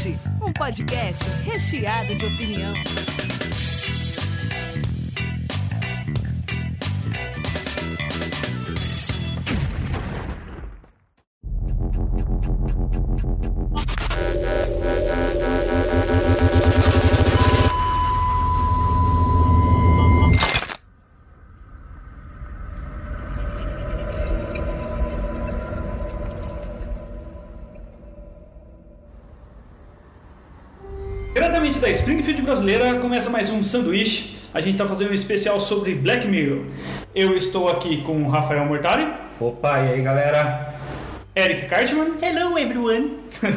Sanduíche, um podcast recheado de opinião. Diretamente da Springfield brasileira, começa mais um Sanduíche. A gente está fazendo um especial sobre Black Mirror. Eu estou aqui com o Rafael Mortari. Opa, e aí galera? Eric Cartman. Hello everyone.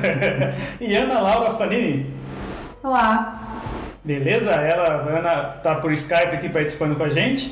E Ana Laura Fanini. Olá. Beleza? A Ana tá por Skype aqui participando com a gente.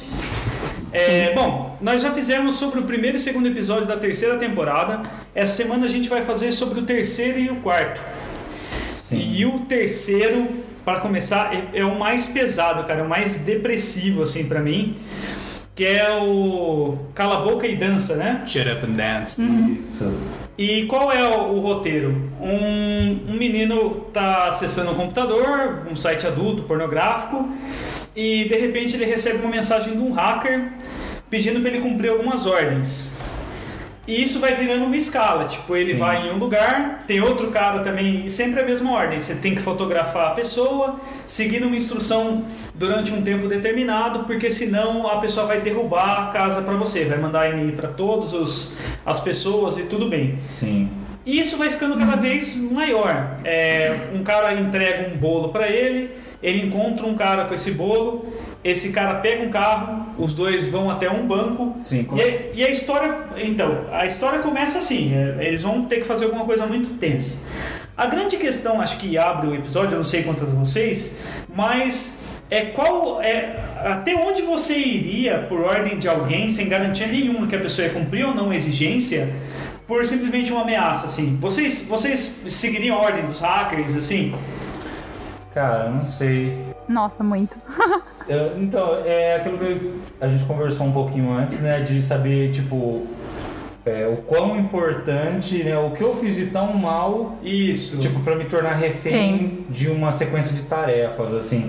Bom, nós já fizemos sobre o primeiro e segundo episódio da terceira temporada. Essa semana a gente vai fazer sobre o terceiro e o quarto. Sim. E o terceiro, para começar, é o mais pesado, cara, é o mais depressivo, assim, pra mim, que é o Cala a Boca e Dança, né? Shut up and dance. Isso. E qual é o roteiro? Um menino tá acessando um computador, um site adulto, pornográfico, e de repente ele recebe uma mensagem de um hacker pedindo para ele cumprir algumas ordens. E isso vai virando uma escala, tipo, ele Sim. vai em um lugar, tem outro cara também, e sempre a mesma ordem. Você tem que fotografar a pessoa, seguindo uma instrução durante um tempo determinado, porque senão a pessoa vai derrubar a casa para você, vai mandar e-mail para todas as pessoas e tudo bem. Sim. E isso vai ficando cada vez maior. Um cara entrega um bolo para ele encontra um cara com esse bolo, esse cara pega um carro, os dois vão até um banco. Sim. E a história, então, a história começa assim, eles vão ter que fazer alguma coisa muito tensa. A grande questão, acho que abre o episódio, eu não sei quanto a vocês, mas até onde você iria por ordem de alguém sem garantia nenhuma que a pessoa ia cumprir ou não a exigência, por simplesmente uma ameaça, assim. Vocês seguiriam a ordem dos hackers, assim? Cara, não sei. Nossa, muito. Então, é aquilo que a gente conversou um pouquinho antes, né? De saber, tipo, o quão importante, né? O que eu fiz de tão mal, Isso. tipo, pra me tornar refém de uma sequência de tarefas, assim.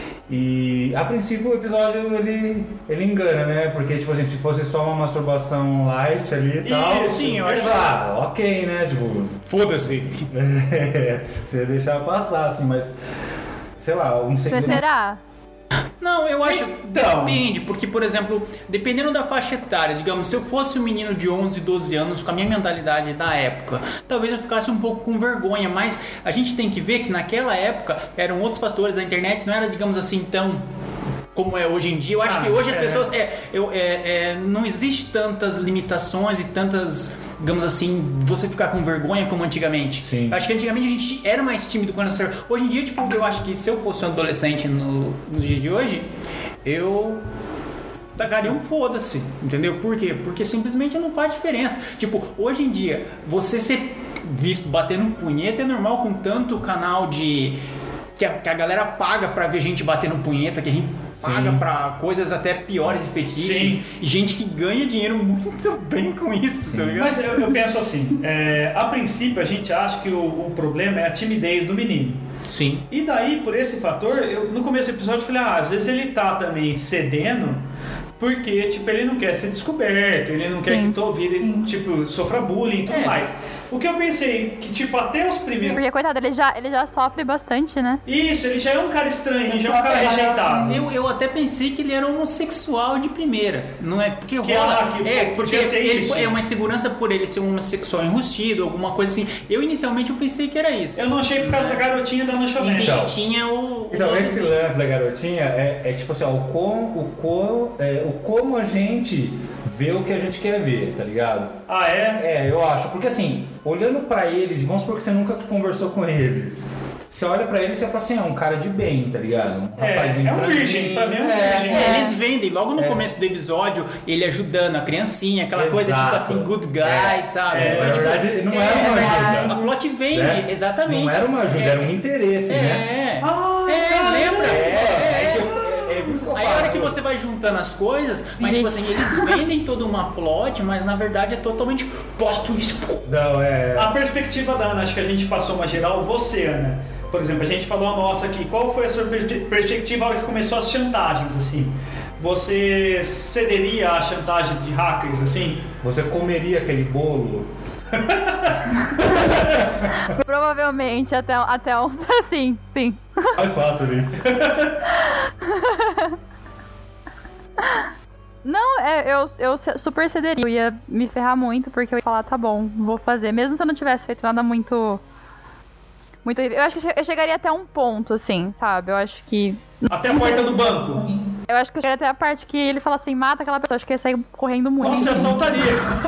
E a princípio o episódio ele engana, né? Porque, tipo assim, se fosse só uma masturbação light ali e tal. Sim, eu acho. Ok, né? Tipo, Foda-se. você deixar passar, assim, mas sei lá, um Você segundo. será? Não, eu acho. Então. Depende, porque, por exemplo, dependendo da faixa etária, digamos, se eu fosse um menino de 11, 12 anos, com a minha mentalidade da época, talvez eu ficasse um pouco com vergonha, mas a gente tem que ver que naquela época eram outros fatores, a internet não era, digamos assim, tão como é hoje em dia. Eu acho que hoje as pessoas não existe tantas limitações e tantas, digamos assim, você ficar com vergonha como antigamente. Sim. Eu acho que antigamente a gente era mais tímido quando hoje em dia, tipo, eu acho que se eu fosse um adolescente nos dias de hoje, eu tacaria um foda-se, entendeu? Por quê? Porque simplesmente não faz diferença. Tipo, hoje em dia, você ser visto batendo um punheta é normal com tanto canal de que a galera paga pra ver gente batendo punheta, que a gente paga pra coisas até piores de fetiches. Sim. E gente que ganha dinheiro muito bem com isso, tá ligado? Mas eu penso assim, a princípio a gente acha que o problema é a timidez do menino. Sim. E daí, por esse fator, eu no começo do episódio falei, às vezes ele tá também cedendo porque, tipo, ele não quer ser descoberto, ele não quer que toda vida ele, tipo, sofra bullying e tudo mais. O que eu pensei, que, tipo, até os primeiros... Porque, coitado, ele já sofre bastante, né? Isso, ele já é um cara estranho, já é um cara rejeitado. Eu até pensei que ele era homossexual de primeira, não é? Porque Que rola, porque porque ser ele, isso. é uma insegurança por ele ser um homossexual enrustido, alguma coisa assim. Inicialmente eu pensei que era isso. Eu não achei por causa da garotinha da lanchonete. Sim, Então. tinha o Então, esse lance da garotinha é tipo assim, ó, o como a gente vê o que a gente quer ver, tá ligado? Ah, é? Eu acho. Porque assim, olhando pra eles, vamos supor que você nunca conversou com ele. Você olha pra ele e você fala assim, é um cara de bem, tá ligado? Um rapazinho é um virgem, pra mim é um virgem. eles vendem logo no começo do episódio ele ajudando a criancinha, aquela coisa tipo assim, good guy, sabe? Na verdade, não era uma ajuda. A plot vende, Né? exatamente. Não era uma ajuda, era um interesse, né? Lembra? Por isso que eu a hora que você vai juntando as coisas, mas tipo assim, eles vendem toda uma plot, mas na verdade é totalmente plot twist. Não, A perspectiva da Ana, acho que a gente passou uma geral. Você, Ana, por exemplo, a gente falou a nossa aqui. Qual foi a sua perspectiva na hora que começou as chantagens, assim? Você cederia à chantagem de hackers, assim? Você comeria aquele bolo? Provavelmente até uns assim, sim. Mais fácil, né? Não, eu super cederia. Eu ia me ferrar muito, porque eu ia falar, tá bom, vou fazer. Mesmo se eu não tivesse feito nada muito horrível. Eu acho que eu chegaria até um ponto, assim, sabe? Eu acho que... Até a porta do banco. Eu acho que eu chegaria até a parte que ele fala assim, mata aquela pessoa. Acho que ia sair correndo muito. Nossa, você assaltaria.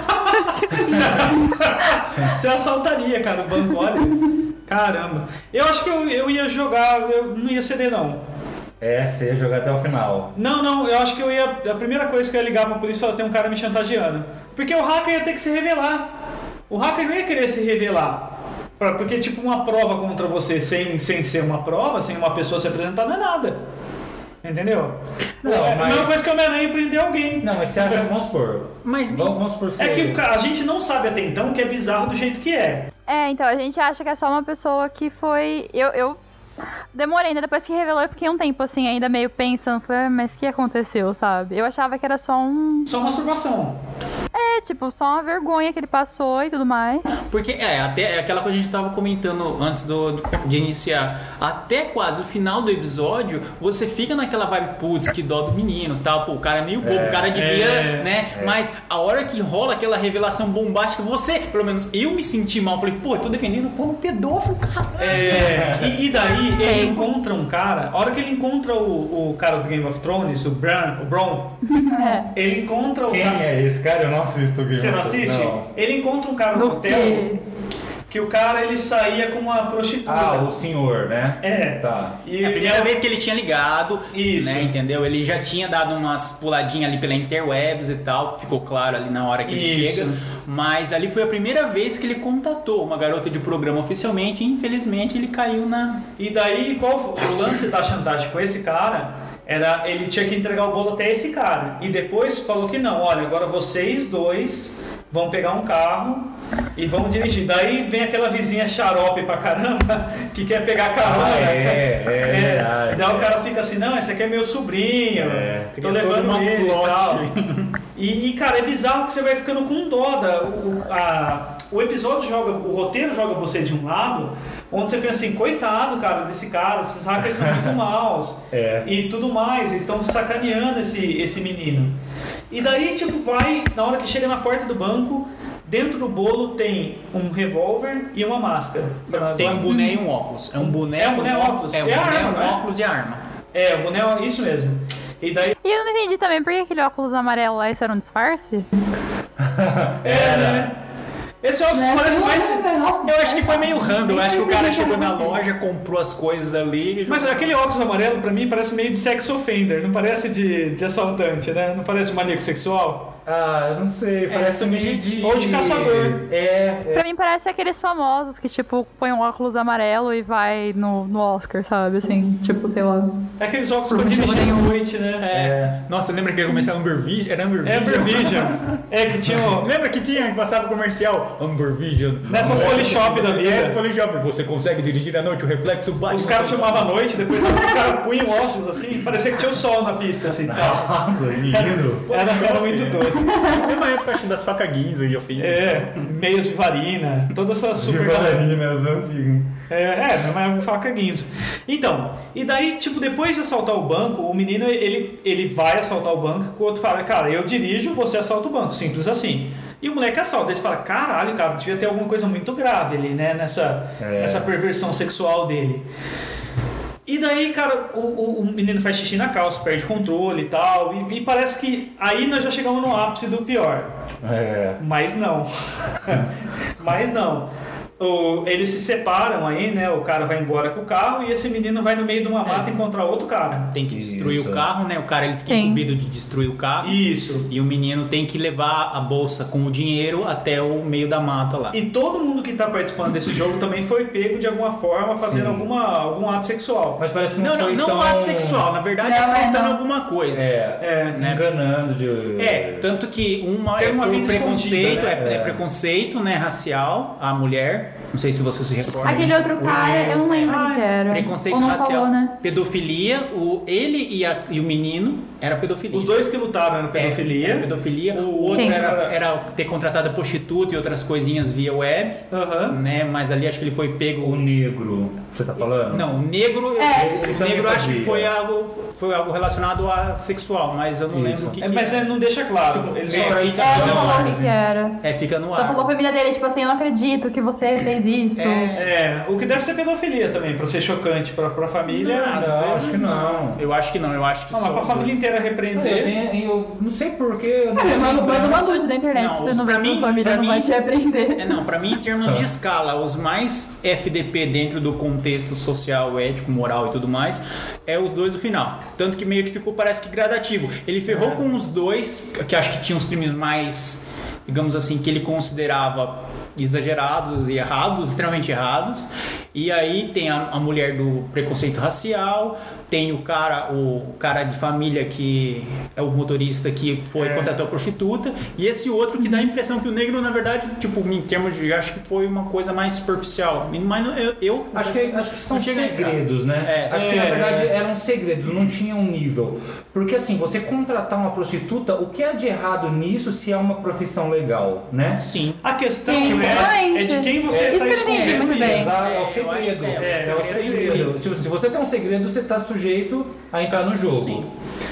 Você assaltaria, cara, o banco, olha. Caramba. Eu acho que eu ia jogar, eu não ia ceder, não. Você ia jogar até o final. Não, eu acho que eu ia... A primeira coisa que eu ia ligar pra polícia e falar, tem um cara me chantageando. Porque o hacker ia ter que se revelar. O hacker não ia querer se revelar. Porque, tipo, uma prova contra você sem ser uma prova, sem uma pessoa se apresentar, não é nada. Entendeu? Não, É a mas... mesma coisa que o Homem-Aranha prender alguém. Não, mas você acha, vamos supor. Mas Vamos supor É que a gente não sabe até então que é bizarro do jeito que é. Então, a gente acha que é só uma pessoa que foi... Eu demorei, ainda depois que revelou, eu fiquei um tempo assim, ainda meio pensando, falei, mas o que aconteceu, sabe? Eu achava que era só Só masturbação. tipo, só uma vergonha que ele passou e tudo mais. porque até aquela coisa que a gente tava comentando antes de iniciar, até quase o final do episódio, você fica naquela vibe, putz, que dó do menino, tal, pô, o cara é meio bobo, o cara devia, né? Mas a hora que rola aquela revelação bombástica, você, pelo menos eu me senti mal, falei, pô, eu tô defendendo como pedófilo, cara. E daí ele encontra um cara, a hora que ele encontra o cara do Game of Thrones, o Bron, ele encontra o Quem cara... é esse cara? Eu não assisto o Game Você não of Thrones. assiste? Não. Ele encontra um cara no hotel que o cara ele saía com uma prostituta. O senhor, né? Tá. E É a primeira vez que ele tinha ligado, Isso. né, entendeu? Ele já tinha dado umas puladinhas ali pela interwebs e tal, ficou claro ali na hora que ele Isso. chega, mas ali foi a primeira vez que ele contatou uma garota de programa oficialmente e infelizmente ele caiu na... E daí, qual o lance da chantagem com esse cara? Era, ele tinha que entregar o bolo até esse cara. E depois falou que não, olha, agora vocês dois vão pegar um carro e vão dirigir. Daí vem aquela vizinha xarope pra caramba que quer pegar carona. Verdade. Daí o cara fica assim, não, esse aqui é meu sobrinho, tô Cria levando toda uma ele plot. e tal. E, cara, é bizarro que você vai ficando com dó. O episódio o roteiro joga você de um lado, onde você pensa assim, coitado, cara, desse cara, esses hackers são muito maus. E tudo mais, eles estão sacaneando esse menino. E daí, tipo, vai, na hora que chega na porta do banco, dentro do bolo tem um revólver e uma máscara. Tem um boné e um óculos. É um boné, um óculos. É um É a boné, arma, um né? óculos e arma. O boné é isso mesmo. E daí... E eu não entendi também, por que aquele óculos amarelo lá, isso era um disfarce? né? Esse óculos parece mais... Eu acho que foi meio random. Eu acho que o cara chegou na loja, comprou as coisas ali. Mas aquele óculos amarelo, pra mim, parece meio de sex offender. Não parece de assaltante, né? Não parece de maníaco sexual. Eu não sei. Parece meio de... Ou de caçador. Pra mim parece aqueles famosos que, tipo, põem um óculos amarelo e vai no Oscar, sabe? Assim, tipo, sei lá. É aqueles óculos pra dirigir à noite, né? Nossa, lembra que ele começou a Amber Vision? Era Amber Vision. Amber Vision. Que tinha... Lembra que tinha, que passava o comercial? Amber Vision. Nessas polishop da vida. Polishop. Você consegue dirigir à noite, o reflexo bate. Os caras filmavam à noite, depois o cara punha um óculos assim, parecia que tinha o sol na pista, assim, sabe? Nossa, lindo. Era muito doce. Mesma época, acho, das facas Guinzo e eu fiz. Meias de varina, toda essa super... Vivarinas antigas. Mas faca guinzo. Então, e daí, tipo, depois de assaltar o banco, o menino, ele vai assaltar o banco, o outro fala, cara, eu dirijo, você assalta o banco, simples assim. E o moleque assalta, daí você fala, caralho, cara, devia ter alguma coisa muito grave ali, né, nessa perversão sexual dele. E daí, cara, o menino faz xixi na calça, perde controle e tal, e parece que aí nós já chegamos no ápice do pior. Mas não. Mas não. Eles se separam aí, né? O cara vai embora com o carro e esse menino vai no meio de uma mata encontrar outro cara. Tem que destruir Isso. o carro, né? O cara ele fica Sim. incumbido de destruir o carro. Isso. E o menino tem que levar a bolsa com o dinheiro até o meio da mata lá. E todo mundo que tá participando desse jogo também foi pego de alguma forma fazendo Sim. algum ato sexual. Mas parece que não, Não, foi não, tão... não ato sexual. Na verdade, Não, é contando não. alguma coisa. É, enganando de... Tanto que uma Tem é uma por vida preconceito, escondida, né? é preconceito, né, racial, a mulher. Não sei se você se recorda. Aquele outro cara, eu não lembro o que era. Preconceito Ou não racial, falou, né? pedofilia, ele e o menino era pedofilia. Os dois que lutaram era pedofilia. Era pedofilia. O outro Sim. era ter contratado a prostituta e outras coisinhas via web, Aham. né? Mas ali acho que ele foi pego. O negro, você tá falando? Não, o negro, Ele o também negro acho que fazia. foi algo relacionado a sexual, mas eu não Isso. lembro o que. Mas não deixa claro. Ele só é, fica- É, não Não, falou o mas- que era. fica no Só ar. falou pra família dele, tipo assim, eu não acredito que você fez isso. O que deve ser pedofilia também, pra ser chocante pra família. Não, às Não, vezes acho que não. Eu acho que não, eu acho que Não, mas só pra os família dois. inteira Eu, repreender. eu não sei porquê. Eu não Cara, manda uma lembrança. nude na internet, Não, você não pra vê mim- sua família, pra não mim- vai te repreender. Não, pra mim, em termos de escala, os mais FDP dentro do contexto social, ético, moral e tudo mais, é os dois do final. Tanto que meio que ficou, parece que gradativo. Ele ferrou com os dois, que acho que tinham os crimes mais, digamos assim, que ele considerava exagerados e errados, extremamente errados. E aí tem a mulher do preconceito racial, tem o cara de família que é o motorista que contratou a prostituta, e esse outro que dá a impressão que o negro, na verdade, tipo, em termos de, acho que foi uma coisa mais superficial. Mas eu Acho que são não chega a entrar. segredos, né? Acho que na verdade eram segredos, não tinha um nível. Porque assim, você contratar uma prostituta, o que há de errado nisso se é uma profissão legal, né? Sim. A questão Sim, é de quem você Isso está que eu entendi escondendo muito bem. isso. Exato, é o eu acho segredo. que É o segredo. Tipo, se você tem um segredo, você está sujeito a entrar no jogo. Sim.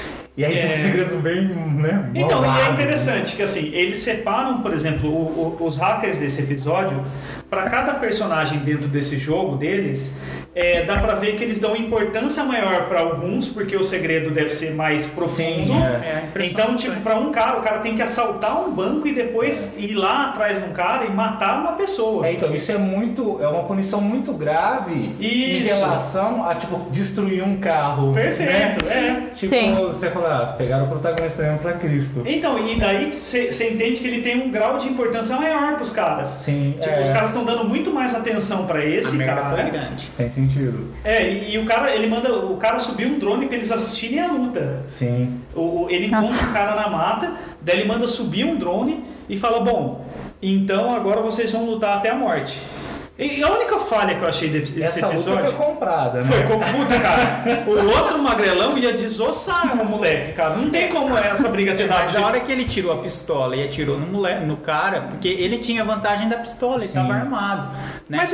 E aí tem segredos bem, né? Então, e é malvados, interessante que assim, eles separam, por exemplo, os hackers desse episódio, para cada personagem dentro desse jogo deles, dá pra ver que eles dão importância maior para alguns, porque o segredo deve ser mais profundo. Sim, Então, tipo, para um cara, o cara tem que assaltar um banco e depois ir lá atrás de um cara e matar uma pessoa. Então, isso é uma punição muito grave em Isso. relação a, tipo, destruir um carro. Perfeito, né? Tipo, Sim. você fala, pegaram o protagonista mesmo pra Cristo. Então, e daí você entende que ele tem um grau de importância maior pros caras. Sim, Tipo, os caras estão dando muito mais atenção pra A esse merda foi cara. grande. tem sentido. E o cara, ele manda o cara subir um drone pra eles assistirem a luta. Sim. Ele encontra um cara na mata, daí ele manda subir um drone e fala, bom, então agora vocês vão lutar até a morte. E a única falha que eu achei desse Essa luta episódio... foi comprada, né? Foi com puta, cara. O outro magrelão ia desossar o moleque, cara. Não tem como essa briga ter dado Mas a hora que ele tirou a pistola e atirou no cara, porque ele tinha vantagem da pistola, ele Sim. estava armado. Né? Mas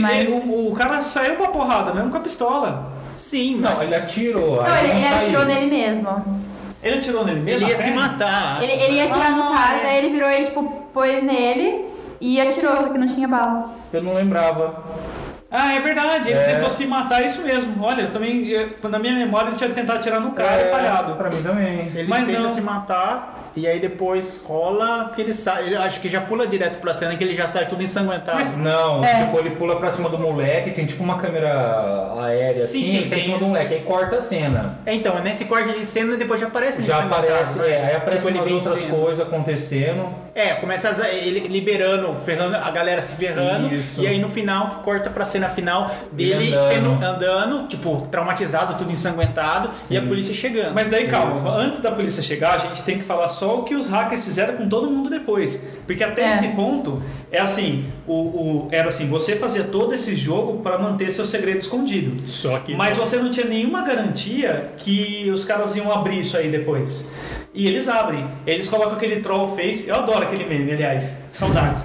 o cara saiu pra porrada, mesmo com a pistola. Sim, Não, mas ele atirou. Não, aí ele não atirou saiu. nele mesmo. Ele atirou nele mesmo? ele na ia se perna? matar. acho. Ele ia atirar no cara, é. daí ele virou e, tipo, pôs nele e atirou, só que não tinha bala. Eu não lembrava. Ah, é verdade. Ele tentou se matar, isso mesmo. Olha, eu também, na minha memória, ele tinha tentado atirar no cara e falhado. Pra mim também. Ele Mas tenta não. se matar e aí depois rola que ele sai. Ele acho que já pula direto pra cena que ele já sai tudo ensanguentado. Mas- Não, É. tipo, ele pula pra cima do moleque, tem tipo uma câmera aérea assim, Sim, ele tá tem. em cima do moleque, aí corta a cena. Então, nesse corte de cena depois já aparece ele Já ensanguentado, aparece, né? aí aparece Tipo, ele umas outras vencendo. coisas acontecendo. Começa ele liberando, ferrando, a galera se ferrando. Isso. E aí no final, que corta pra cena final dele Ele andando, tipo, traumatizado, tudo ensanguentado, e a polícia chegando. Mas daí, calma, antes da polícia chegar, a gente tem que falar só o que os hackers fizeram com todo mundo depois. Porque até esse ponto, é assim, era assim, você fazia todo esse jogo para manter seu segredo escondido. Só que Mas você não tinha nenhuma garantia que os caras iam abrir isso aí depois. E eles abrem. Eles colocam aquele troll face. Eu adoro aquele meme, aliás. Saudades.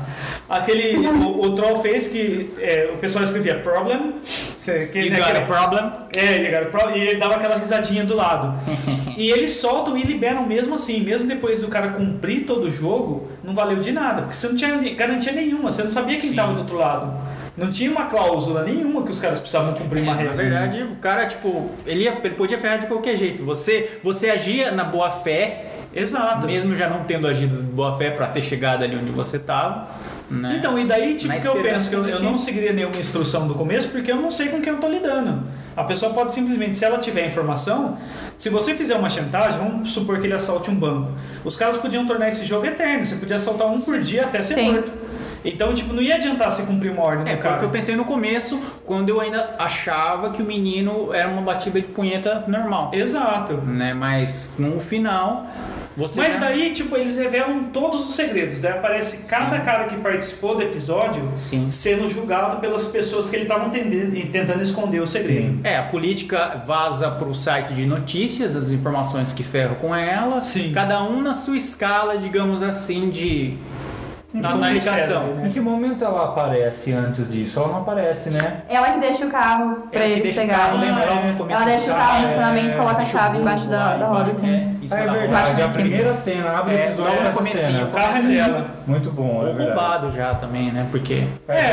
O troll face que o pessoal escrevia problem. You got a problem? You got a problem. E ele dava aquela risadinha do lado. E eles soltam e liberam mesmo assim. Mesmo depois do cara cumprir todo o jogo, não valeu de nada. Porque você não tinha garantia nenhuma. Você não sabia quem estava do outro lado. Não tinha uma cláusula nenhuma que os caras precisavam cumprir uma Na regra. verdade, o cara, tipo, ele podia ferrar de qualquer jeito. Você agia na boa fé, Exato. mesmo já não tendo agido de boa fé pra ter chegado ali onde você tava, né? Então, e daí, tipo, Na que eu penso que eu esperança não seguiria nenhuma instrução do começo, porque eu não sei com quem eu tô lidando. A pessoa pode simplesmente, se ela tiver informação, se você fizer uma chantagem, vamos supor que ele assalte um banco. Os caras podiam tornar esse jogo eterno, você podia assaltar um por dia até ser morto. Então, tipo, não ia adiantar você cumprir uma ordem do Foi cara. o que eu pensei no começo, quando eu ainda achava que o menino era uma batida de punheta normal. Exato. Né? Mas no final... Mas daí, tipo, eles revelam todos os segredos. Daí aparece cada cara que participou do episódio sendo julgado pelas pessoas que ele estavam tentando esconder o segredo. A política vaza pro site de notícias, as informações que ferram com ela. Cada um na sua escala, digamos assim, de comunicação. Em que momento ela aparece antes disso? Ela não aparece, né? Ela que deixa o carro pra eles pegarem. Ela deixa o carro no estacionamento e coloca a chave embaixo da roda, assim. É verdade, a primeira cena, abre o episódio nessa cena. O carro é dela. Muito bom, Ou roubado já também, né? Porque...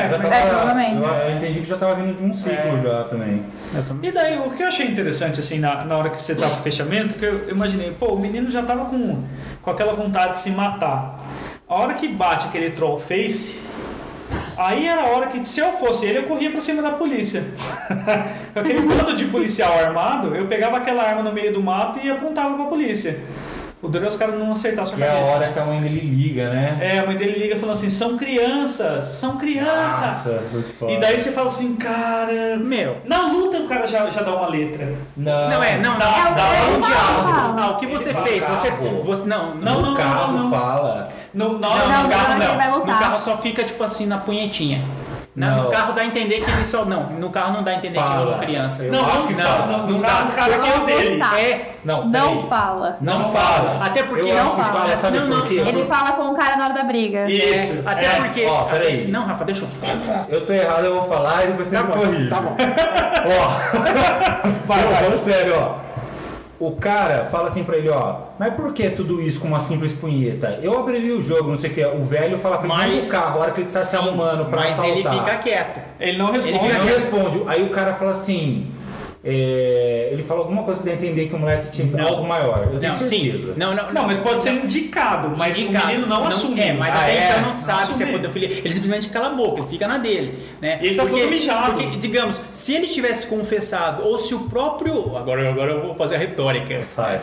eu entendi que já tava vindo de um ciclo já também. E daí, o que eu achei interessante, assim, na hora que você tava pro fechamento, que eu imaginei, pô, o menino já tava com aquela vontade de se matar. A hora que bate aquele troll face, aí era a hora que, se eu fosse ele, eu corria pra cima da polícia. Com aquele bando de policial armado, eu pegava aquela arma no meio do mato e apontava pra polícia. O duro é os caras não aceitar a sua cabeça. É a hora que a mãe dele liga, né? A mãe dele liga falando assim, são crianças. Nossa, e daí você fala assim, cara... Na luta o cara já dá uma letra. Não, dá um diálogo. O que você fez? No carro fala. No carro só fica tipo assim na punhetinha. No carro dá a entender que ele só... no carro não dá a entender que ele é uma criança. No carro o cara é o dele. Não fala. Não fala. Até porque... Eu acho que fala, sabe por quê? Ele fala com o cara na hora da briga. Isso. Até porque... Ó, peraí. Não, Rafa, deixa eu... Eu tô errado, eu vou falar e depois você me corrige. Tá bom. Ó, sério, ó. O cara fala assim pra ele, ó, mas por que tudo isso com uma simples punheta? Eu abriria o jogo, não sei o que. O velho fala pra ele no carro, a hora que ele tá se arrumando pra assaltar. Mas ele fica quieto. Ele não responde. Ele não responde. Aí o cara fala assim... ele falou alguma coisa que deu a entender que o moleque tinha algo maior. Eu tenho certeza. Não, mas pode ser indicado, mas o menino não assume. Mas até então não sabe se é pedofilia. Ele simplesmente cala a boca, ele fica na dele. Né? Ele tá todo mijado. Porque, digamos, se ele tivesse confessado, ou se o próprio... Agora eu vou fazer a retórica. Faz.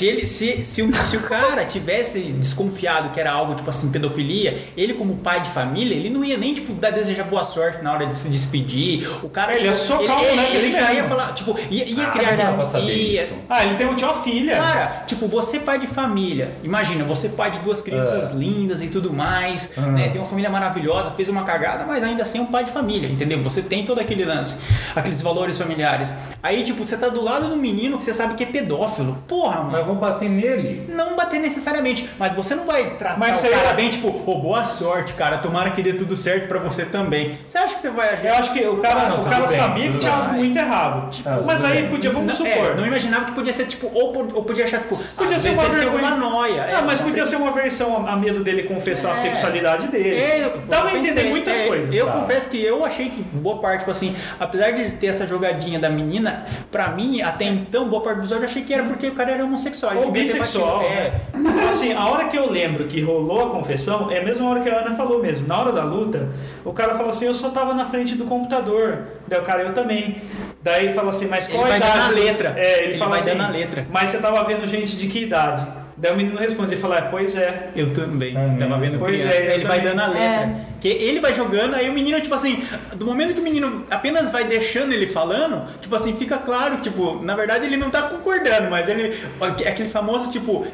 Se o cara tivesse desconfiado que era algo, tipo assim, pedofilia, ele como pai de família, ele não ia nem, tipo, desejar boa sorte na hora de se despedir. O cara... Ele ia socar o moleque. Ele já ia falar... Tipo, ia criar aquela... pra saber isso. Ele tem uma filha. Cara, tipo, você pai de família. Imagina, você pai de duas crianças lindas e tudo mais, né? Tem uma família maravilhosa, fez uma cagada, mas ainda assim é um pai de família, entendeu? Você tem todo aquele lance, aqueles valores familiares. Aí, tipo, você tá do lado do menino que você sabe que é pedófilo. Porra, mano. Mas eu vou bater nele? Não bater necessariamente, mas você não vai tratar o cara bem, tipo, boa sorte, cara, tomara que dê tudo certo pra você também. Você acha que você vai agir? Eu acho que o cara sabia que tinha algo muito errado. Mas aí podia, vamos supor. Não imaginava que podia ser, tipo, ou podia achar, tipo, podia ser uma vergonha. Uma noia. Mas podia ser uma versão a medo dele confessar a sexualidade dele. Dá pra entender muitas coisas. Eu confesso que eu achei que boa parte, tipo assim, apesar de ter essa jogadinha da menina, pra mim, até então, boa parte do episódio eu achei que era porque o cara era homossexual. Ou bissexual. Assim, a hora que eu lembro que rolou a confessão, é a mesma hora que a Ana falou mesmo. Na hora da luta, o cara fala assim, eu só tava na frente do computador. Daí o cara, eu também. Daí fala assim, mas qual a idade? Ele vai dando a letra. Ele fala assim, dando a letra. Mas você tava vendo gente de que idade? Daí o menino responde, ele fala, pois é. Eu também. Tava vendo criança. Ele vai dando a letra. Que ele vai jogando, aí o menino, tipo assim, do momento que o menino apenas vai deixando ele falando, tipo assim, fica claro, tipo, na verdade ele não tá concordando, mas ele, aquele famoso, tipo,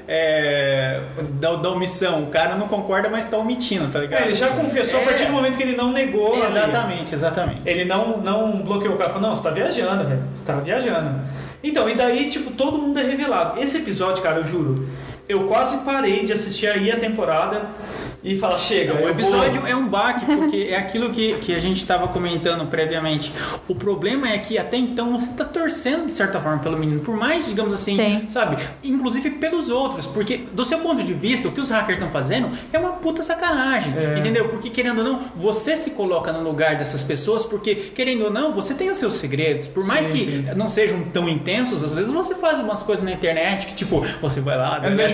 da omissão, o cara não concorda, mas tá omitindo, tá ligado? Ele já confessou a partir do momento que ele não negou. Exatamente. Ele não bloqueou o cara, falou, não, você tá viajando, velho, você tá viajando. Então, e daí, tipo, todo mundo é revelado. Esse episódio, cara, eu juro, eu quase parei de assistir aí a temporada e falar, chega. O episódio é um baque, porque é aquilo que a gente estava comentando previamente. O problema é que até então você tá torcendo de certa forma pelo menino, por mais, digamos assim, sabe? Inclusive pelos outros, porque do seu ponto de vista, o que os hackers estão fazendo é uma puta sacanagem, entendeu? Porque querendo ou não, você se coloca no lugar dessas pessoas, porque querendo ou não, você tem os seus segredos, por mais que não sejam tão intensos, às vezes você faz umas coisas na internet que tipo, você vai lá, ao invés de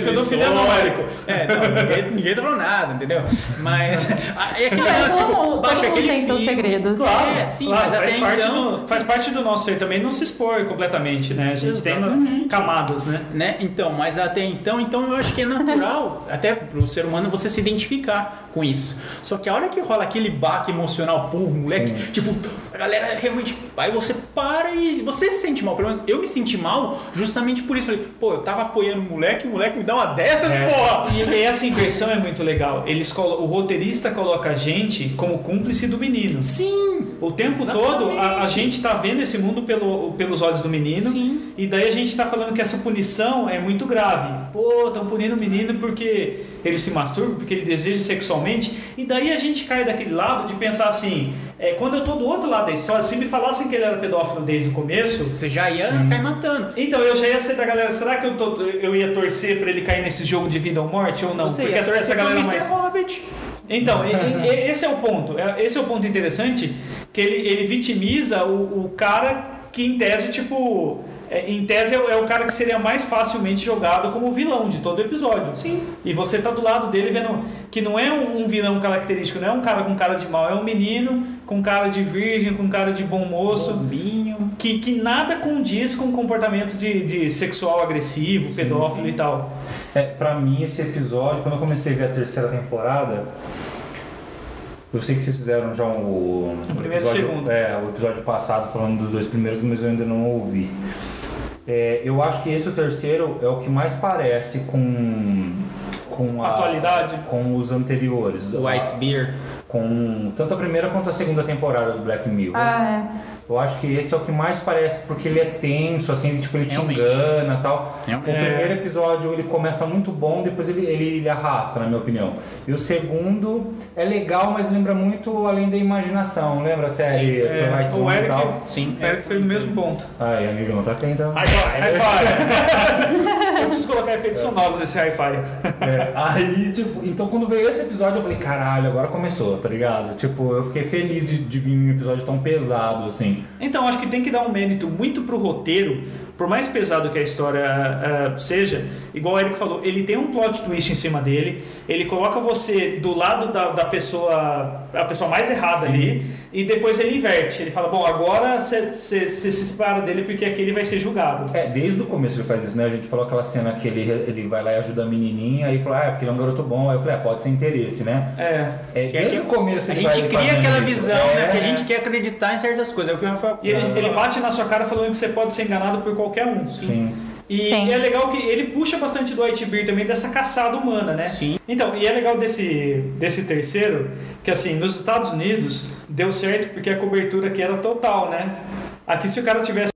que eu dou filha não, Érico. Ninguém tá falando nada, entendeu? Mas é aquele lance, tipo, baixa aquele tem seus filme. segredos. Claro, Sim, claro, mas até então... faz parte do nosso ser também não se expor completamente, né? A gente tem camadas, né? Então, mas até então eu acho que é natural, até pro ser humano, você se identificar com isso. Só que a hora que rola aquele baque emocional, pô, moleque, tipo, a galera realmente... Aí você para e você se sente mal. Pelo menos eu me senti mal justamente por isso. Falei, pô, eu tava apoiando o moleque me dá uma dessas, porra! E essa inversão é muito legal. O roteirista coloca a gente como cúmplice do menino. Sim! O tempo todo a gente tá vendo esse mundo pelos olhos do menino. Sim. E daí a gente tá falando que essa punição é muito grave. Pô, estão punindo o menino porque ele se masturba, porque ele deseja sexualmente. E daí a gente cai daquele lado de pensar assim, quando eu tô do outro lado da história, se me falassem que ele era pedófilo desde o começo... Você já ia cair matando. Então, eu já ia ser da galera, será que eu ia torcer pra ele cair nesse jogo de vida ou morte ou não? Você porque ia torcer essa galera pro mais... Mr. Hobbit. Então, esse é o ponto. Esse é o ponto interessante, que ele vitimiza o cara que em tese, tipo... Em tese é o cara que seria mais facilmente jogado como vilão de todo episódio. Sim. E você tá do lado dele vendo que não é um vilão característico, não é um cara com cara de mal, é um menino com cara de virgem, com cara de bom moço. Bobinho. Que nada condiz com o comportamento de sexual agressivo, pedófilo e tal. Pra mim, esse episódio, quando eu comecei a ver a terceira temporada... Eu sei que vocês fizeram já o primeiro episódio, e segundo. O episódio passado falando dos dois primeiros, mas eu ainda não ouvi. Eu acho que esse, o terceiro, é o que mais parece com a atualidade, com os anteriores. White Bear. Com tanto a primeira quanto a segunda temporada do Black Mirror. Eu acho que esse é o que mais parece, porque ele é tenso, assim, tipo, ele Realmente. te engana e tal. Realmente. O primeiro episódio ele começa muito bom, depois ele arrasta, na minha opinião. E o segundo é legal, mas lembra muito Além da Imaginação. Lembra a série Twilight o Zone e Eric, tal? Sim. o Eric foi no mesmo ponto. Ai, amigão, tá aqui então. Hi-fi! Eu preciso colocar efeitos sonoros nesse hi-fi. Aí, tipo, então quando veio esse episódio eu falei, caralho, agora começou, tá ligado? Tipo, eu fiquei feliz de vir um episódio tão pesado, assim. Então, acho que tem que dar um mérito muito pro roteiro, por mais pesado que a história seja, igual o Eric falou, ele tem um plot twist em cima dele, ele coloca você do lado da pessoa, a pessoa mais errada ali, e depois ele inverte. Ele fala, bom, agora você se separa dele porque aqui ele vai ser julgado. Desde o começo ele faz isso, né? A gente falou aquela cena que ele vai lá e ajuda a menininha, aí falou, porque ele é um garoto bom. Aí eu falei, pode ser interesse, né? Desde o começo a ele vai gente cria fazendo aquela isso. visão, né? Que a gente quer acreditar em certas coisas. É o que o Rafael... E ele bate na sua cara falando que você pode ser enganado por qualquer um. Sim. E é legal que ele puxa bastante do White Bear também, dessa caçada humana, né? Sim. Então, e é legal desse terceiro, que assim, nos Estados Unidos deu certo porque a cobertura aqui era total, né? Aqui se o cara tivesse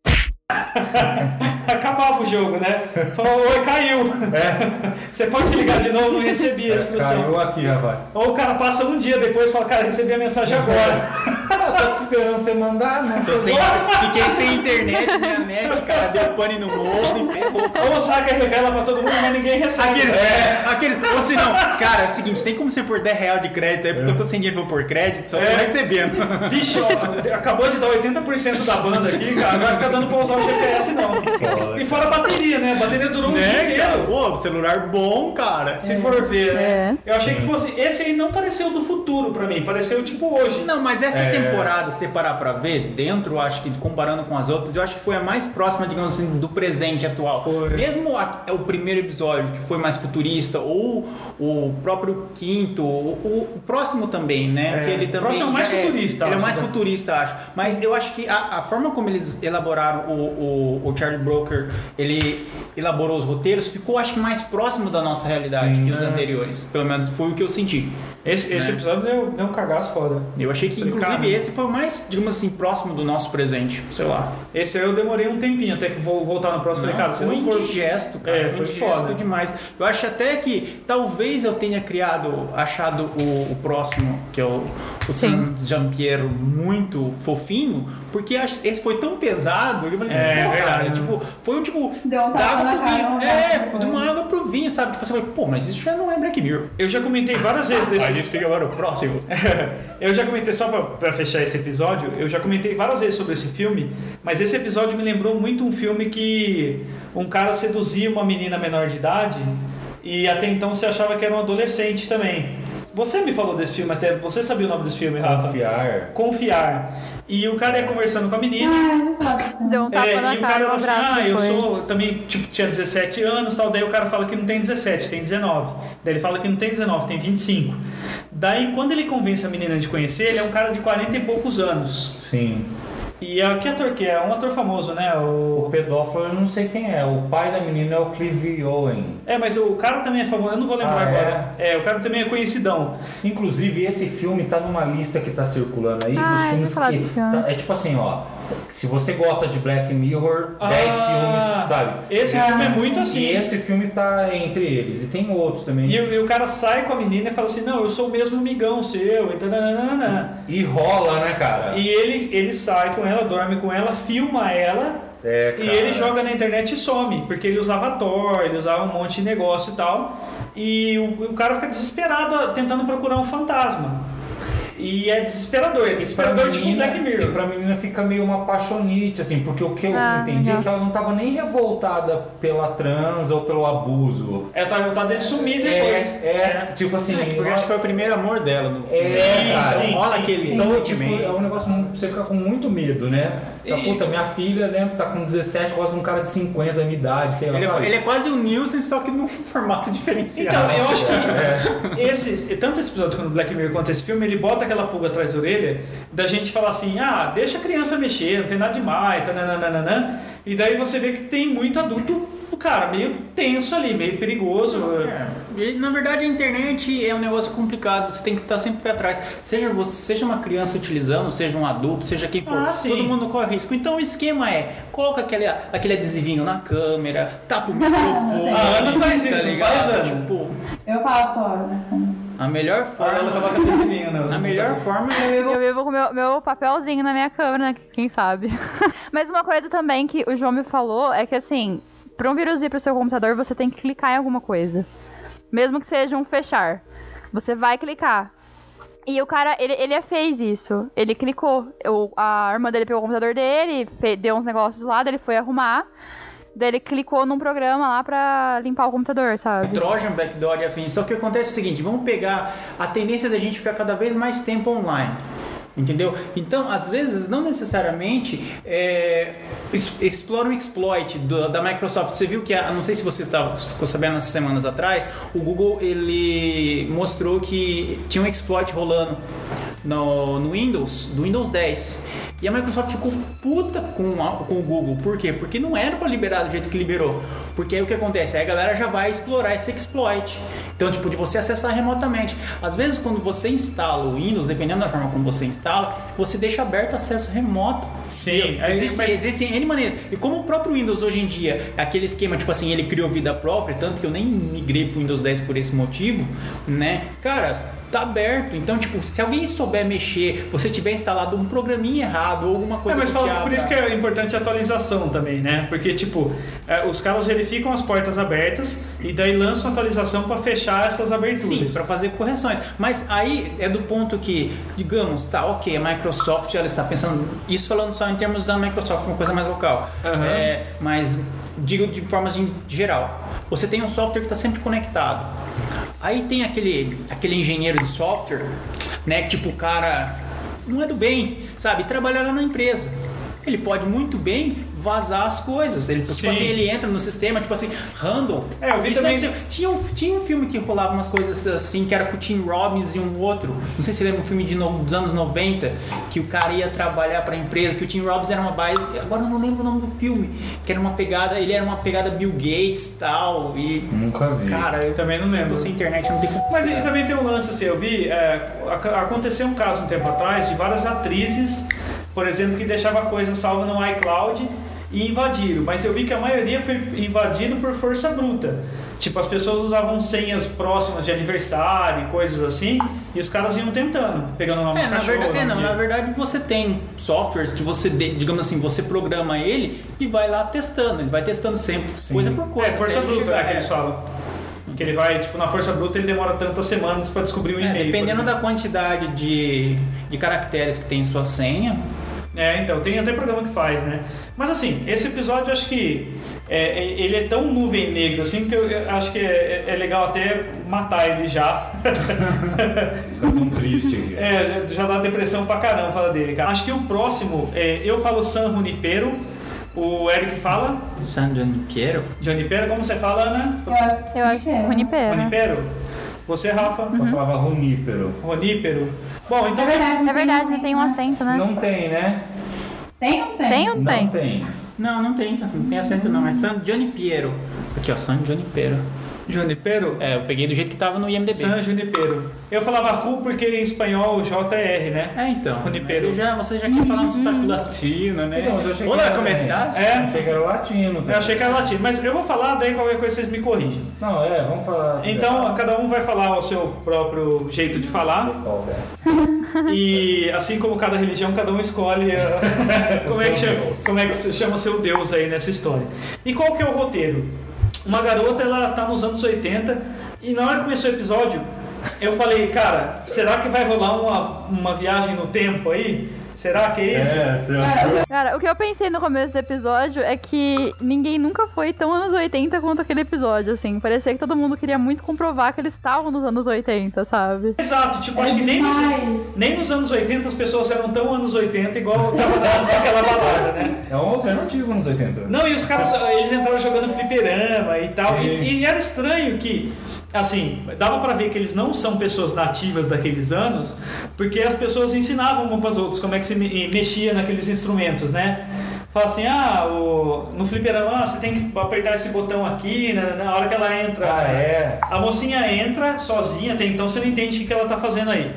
acabava o jogo, né? Falou, oi, caiu. Você pode ligar de novo, não recebi a instrução. Caiu aqui, rapaz. Ou o cara passa um dia depois e fala, cara, recebi a mensagem agora. Eu tô te esperando você mandar, né? Fiquei sem internet, minha net, cara, deu pane no mundo e ferrou. Ou o hacker revela pra todo mundo, mas ninguém recebe. Aqueles, ou se não, cara, é o seguinte, tem como você pôr R$10 de crédito aí, porque eu tô sem dinheiro pra pôr crédito, só tô recebendo. Vixe, ó, acabou de dar 80% da banda aqui, cara, não vai ficar dando pra usar o GPS não. E fora a bateria, né? A bateria durou um dia inteiro. Pô, celular bom, cara. Se for ver, né? Eu achei que fosse... Esse aí não pareceu do futuro pra mim, pareceu tipo hoje. Não, mas essa temporada, se parar pra ver, dentro, eu acho que comparando com as outras, eu acho que foi a mais próxima, digamos assim, do presente atual. Mesmo o primeiro episódio, que foi mais futurista, ou o próprio quinto, o próximo também, né? Que ele também, o próximo é o mais futurista, ele é o mais né? futurista, acho. Mas eu acho que a forma como eles elaboraram o Charlie Brooker, ele elaborou os roteiros, ficou, acho que, mais próximo da nossa realidade que os anteriores. Pelo menos foi o que eu senti. Esse episódio deu um cagaço foda. Eu achei que, inclusive, esse foi o mais, digamos assim, próximo do nosso presente, sei lá. Esse aí eu demorei um tempinho até que vou voltar no próximo. Falei, cara, se não for... indigesto, cara. Foi indigesto foda demais. Eu acho até que talvez eu tenha achado o próximo, que é o San Giampiero, muito fofinho, porque esse foi tão pesado. Eu falei, cara, tipo, foi um tipo. Deu um da água tapa pro na vinho. cara, De uma água pro vinho, sabe? Tipo, você vai, pô, mas isso já não é Black Mirror. Eu já comentei várias vezes desse... A gente fica agora o próximo. Eu já comentei, só pra fechar esse episódio, eu já comentei várias vezes sobre esse filme, mas esse episódio me lembrou muito um filme que um cara seduzia uma menina menor de idade E até então você achava que era um adolescente também. Você me falou desse filme até. Você sabia o nome desse filme, Rafa? Confiar. E o cara ia conversando com a menina. Deu um tapa na e o cara, cara fala assim, eu foi. sou também, tipo, tinha 17 anos, tal. Daí o cara fala que não tem 17, tem 19. Daí ele fala que não tem 19, tem 25. Daí quando ele convence a menina de conhecer, ele é um cara de 40 e poucos anos. Sim. E que ator que é? Um ator famoso, né? O pedófilo eu não sei quem é. O pai da menina é o Clive Owen. Mas o cara também é famoso, eu não vou lembrar agora. O cara também é conhecidão. Inclusive, esse filme tá numa lista que tá circulando aí dos filmes que... é tipo assim, ó. Se você gosta de Black Mirror, 10 filmes, sabe? Esse filme é muito assim. E esse filme tá entre eles. E tem outros também. E o cara sai com a menina e fala assim, não, eu sou o mesmo amigão seu. E rola, né, cara? E ele sai com ela, dorme com ela, filma ela. E ele joga na internet e some. Porque ele usava Tor, ele usava um monte de negócio e tal. E o cara fica desesperado tentando procurar um fantasma. E é desesperador tipo um Black Mirror. E pra menina fica meio uma paixonite, assim, porque o que eu entendi é que ela não tava nem revoltada pela trans ou pelo abuso. Ela tava revoltada dele sumir depois. Tipo assim... porque eu acho que foi o primeiro amor dela. Sim, rola aquele então, tipo, é um negócio pra você ficar com muito medo, né? Puta, minha filha, né, tá com 17, gosta de um cara de 50 da minha idade, sei lá. Ele é quase o Nielsen, só que num formato diferenciado. Então, eu acho que tanto esse episódio do Black Mirror quanto esse filme, ele bota aquela pulga atrás da orelha da gente falar assim, deixa a criança mexer, não tem nada demais, tananana. E daí você vê que tem muito adulto, cara, meio tenso ali, meio perigoso. E, na verdade, a internet é um negócio complicado, você tem que estar sempre pé atrás. Seja uma criança utilizando, seja um adulto, seja quem for, todo mundo corre risco. Então o esquema coloca aquele adesivinho na câmera, tapa o microfone. A Ana faz isso, não faz, Ana? Tipo, eu falo fora. A melhor forma. A melhor forma é. Eu vivo com meu papelzinho na minha câmera, né? Quem sabe. Mas uma coisa também que o João me falou é que assim, para um vírus ir pro seu computador, você tem que clicar em alguma coisa. Mesmo que seja um fechar. Você vai clicar. E o cara, ele fez isso. Ele clicou. A irmã dele pegou o computador dele, deu uns negócios lá, daí ele foi arrumar. Daí ele clicou num programa lá pra limpar o computador, sabe? Trojan, backdoor e afins. Só que acontece o seguinte, vamos pegar a tendência da gente ficar cada vez mais tempo online. Entendeu? Então, às vezes, não necessariamente explora um exploit da Microsoft. Você viu que, não sei se você ficou sabendo essas semanas atrás, o Google ele mostrou que tinha um exploit rolando no Windows, do Windows 10. E a Microsoft ficou puta com o Google. Por quê? Porque não era para liberar do jeito que liberou. Porque aí o que acontece? Aí a galera já vai explorar esse exploit. Então, tipo, de você acessar remotamente. Às vezes, quando você instala o Windows, dependendo da forma como você instala, você deixa aberto acesso remoto. Sim. Existem N maneiras. E como o próprio Windows hoje em dia, aquele esquema, tipo assim, ele criou vida própria, tanto que eu nem migrei pro Windows 10 por esse motivo, né? Cara, tá aberto. Então, tipo, se alguém souber mexer, você tiver instalado um programinha errado ou alguma coisa mas por isso que é importante a atualização também, né? Porque, tipo, os caras verificam as portas abertas e daí lançam a atualização para fechar essas aberturas. Sim, para fazer correções. Mas aí é do ponto que, digamos, tá, ok, a Microsoft, ela está pensando, isso falando só em termos da Microsoft, uma coisa mais local. Mas, digo de forma geral, você tem um software que está sempre conectado. Aí tem aquele engenheiro de software, né, que tipo, o cara não é do bem, sabe, trabalha lá na empresa. Ele pode muito bem vazar as coisas. Ele, tipo assim, ele entra no sistema, tipo assim, random. Eu vi também. Tinha um filme que rolava umas coisas assim, que era com o Tim Robbins e um outro. Não sei se você lembra um filme dos anos 90, que o cara ia trabalhar pra empresa, que o Tim Robbins era uma baita. Agora eu não lembro o nome do filme. Que era uma pegada, ele era uma pegada Bill Gates e tal. E. Nunca vi. Cara, eu também não lembro. Eu tô sem internet, não tem como. Mas ele também tem um lance assim, eu vi. Aconteceu um caso um tempo atrás de várias atrizes, por exemplo, que deixava coisa salva no iCloud e invadiram, mas eu vi que a maioria foi invadido por força bruta. Tipo, as pessoas usavam senhas próximas de aniversário e coisas assim, e os caras iam tentando, pegando o nome do cachorro. Na verdade você tem softwares que você, digamos assim, você programa ele e vai lá testando, ele vai testando sempre, coisa por coisa. Força bruta, que eles falam. Que ele vai, tipo, na força bruta ele demora tantas semanas para descobrir um e-mail. Dependendo da quantidade de caracteres que tem em sua senha. Então, tem até programa que faz, né? Mas assim, esse episódio eu acho que ele é tão nuvem negra assim que eu acho que é legal até matar ele já. Fica tão triste aqui. Já dá depressão pra caramba falar dele, cara. Acho que o próximo, eu falo San Junipero, o Eric fala San Junipero? Junipero, como você fala, Ana? Eu acho que Junipero. Junipero? Você, Rafa? Eu falava Junípero. Junípero. Bom, então... É verdade, ele tem um acento, né? Não tem, né? Tem ou não tem? Tem ou não tem? Não tem. Não tem acento não, é San Junipero. Aqui ó, San Junipero. Junipero? Eu peguei do jeito que tava no IMDb. San Junipero. Eu falava Ru porque em espanhol JR, né? Então. Junipero. Você já quer falar um sotaque latino, né? Então, mas eu achei que Olá, era como também. estás? Eu achei que era latino. Eu achei que era latino, mas eu vou falar, daí qualquer coisa vocês me corrigem. Não, vamos falar. Então, cada um vai falar o seu próprio jeito de falar. Qual é? E assim como cada religião, cada um escolhe como é que se chama seu Deus aí nessa história. E qual que é o roteiro? Uma garota, ela tá nos anos 80 e na hora que começou o episódio, eu falei, cara, será que vai rolar uma viagem no tempo aí? Será que é isso? Você achou? Cara, o que eu pensei no começo do episódio é que ninguém nunca foi tão anos 80 quanto aquele episódio, assim. Parecia que todo mundo queria muito comprovar que eles estavam nos anos 80, sabe? Exato, tipo, acho que nem nos anos 80 as pessoas eram tão anos 80 igual tava naquela balada, né? É uma alternativa nos 80. Não, e os caras, eles entraram jogando fliperama e tal. Sim. E era estranho que, assim, dava pra ver que eles não são pessoas nativas daqueles anos, porque as pessoas ensinavam uma para as outras como é que se mexia naqueles instrumentos, né? Fala assim, no fliperama, você tem que apertar esse botão aqui, na hora que ela entra. A mocinha entra sozinha, até então você não entende o que ela tá fazendo aí.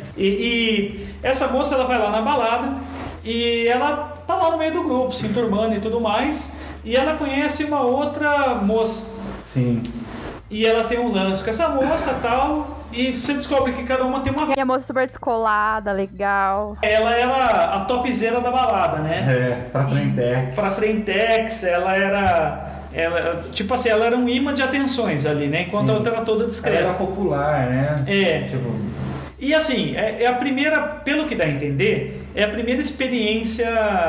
E essa moça, ela vai lá na balada e ela tá lá no meio do grupo, se enturmando e tudo mais, e ela conhece uma outra moça. Sim. E ela tem um lance com essa moça e tal, e você descobre que cada uma tem uma... E a moça super descolada, legal. Ela era a topzera da balada, né? Pra Frentex. Pra Frentex, ela tipo assim, ela era um imã de atenções ali, né? Enquanto a outra era toda discreta. Ela era popular, né? Tipo... E assim, é a primeira, pelo que dá a entender, é a primeira experiência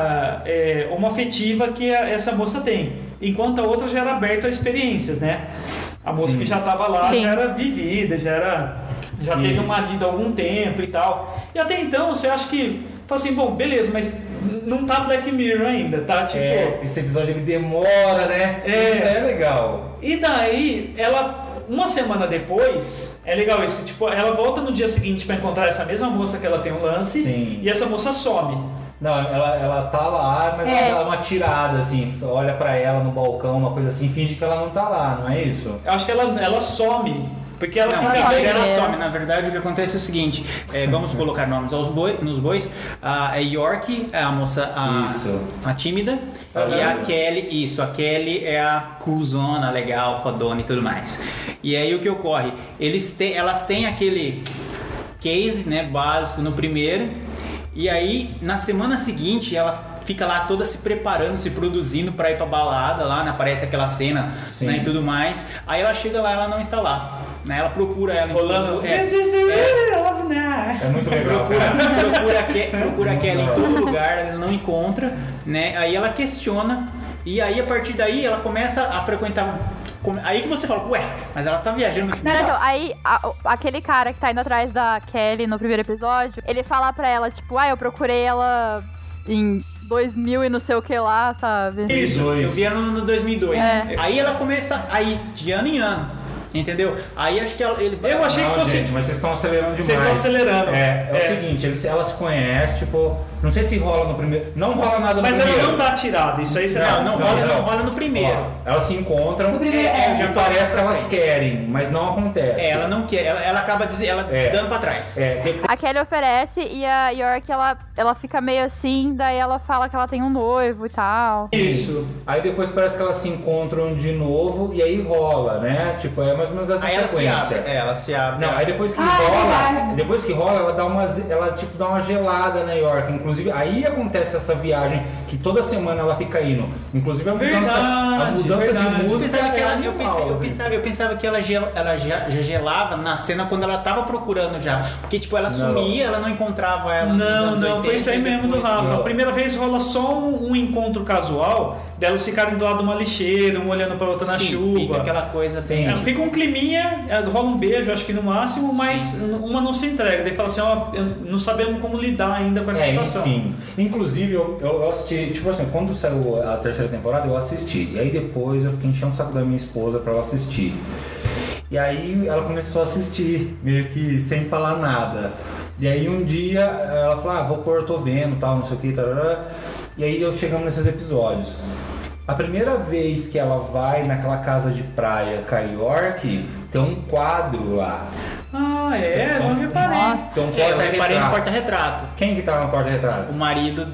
homoafetiva que essa moça tem. Enquanto a outra já era aberta a experiências, né? A moça que já estava lá já era vivida, já teve um marido há algum tempo e tal. E até então você acha que, fala assim, bom, beleza, mas não tá Black Mirror ainda, tá? Tipo, esse episódio ele demora, né? Isso é legal. E daí, uma semana depois, é legal isso, tipo, ela volta no dia seguinte pra encontrar essa mesma moça que ela tem um lance. Sim. E essa moça some. Não, ela tá lá, mas ela dá uma tirada, assim, olha pra ela no balcão, uma coisa assim, finge que ela não tá lá, não é isso? Eu acho que ela some, porque ela fica ela some. Na verdade, o que acontece é o seguinte, vamos colocar nomes nos bois. A York é a moça, a tímida, e a Kelly, a Kelly é a cuzona, legal, fodona e tudo mais. E aí o que ocorre? Elas têm aquele case, né, básico no primeiro. E aí, na semana seguinte, ela fica lá toda se preparando, se produzindo pra ir pra balada lá, né? Aparece aquela cena, né, e tudo mais. Aí ela chega lá, ela não está lá, né? Ela procura ela rolando. É muito legal. Procura aquela em todo lugar, ela não encontra, né? Aí ela questiona e aí a partir daí ela começa a frequentar. Aí que você fala, mas ela tá viajando. Não, então, aí aquele cara que tá indo atrás da Kelly no primeiro episódio, ele fala pra ela, tipo, eu procurei ela em 2000 e não sei o que lá, sabe? Isso, eu vi ela no 2002. Aí ela começa a ir de ano em ano. Entendeu? Aí acho que ele vai... Eu achei que fosse... Gente, mas vocês estão acelerando demais. Vocês estão acelerando. É o seguinte, ela se conhece, tipo... Não sei se rola no primeiro... Não rola nada no mas primeiro. Mas ela não dá tirada, isso aí você não rola no primeiro. Ó, elas se encontram já parece que elas querem, mas não acontece. Ela não quer, ela acaba dando pra trás. A Kelly oferece e a York, ela fica meio assim, daí ela fala que ela tem um noivo e tal. Isso. Aí depois parece que elas se encontram de novo e aí rola, né? Tipo, é mais mais ou menos essa Aí ela se sequência. abre. Ela se abre. Não, aí depois que verdade. rola, ela dá uma gelada na York. Inclusive, aí acontece essa viagem que toda semana ela fica indo. Inclusive a mudança de música Eu pensava que ela já gelava na cena quando ela tava procurando já. Porque, tipo, ela sumia, ela não encontrava ela. Não, foi isso aí mesmo do Rafa. A primeira vez rola só um encontro casual, delas ficarem do lado de uma lixeira, um olhando pra outra na chuva. Fica aquela coisa assim. Fica um climinha, rola um beijo, acho que no máximo, mas uma não se entrega. Daí fala assim, não sabemos como lidar ainda com essa situação. Enfim. Inclusive, eu assisti, tipo assim, quando saiu a terceira temporada, eu assisti. E aí depois eu fiquei enchendo o saco da minha esposa pra ela assistir. E aí ela começou a assistir, meio que sem falar nada. E aí um dia ela falou, vou pôr, eu tô vendo, tal, não sei o que, tarará. E aí chegamos nesses episódios. A primeira vez que ela vai naquela casa de praia com a York, tem um quadro lá. Não reparei. Tem um Eu reparei no porta-retrato. Quem que tá no porta-retrato? O marido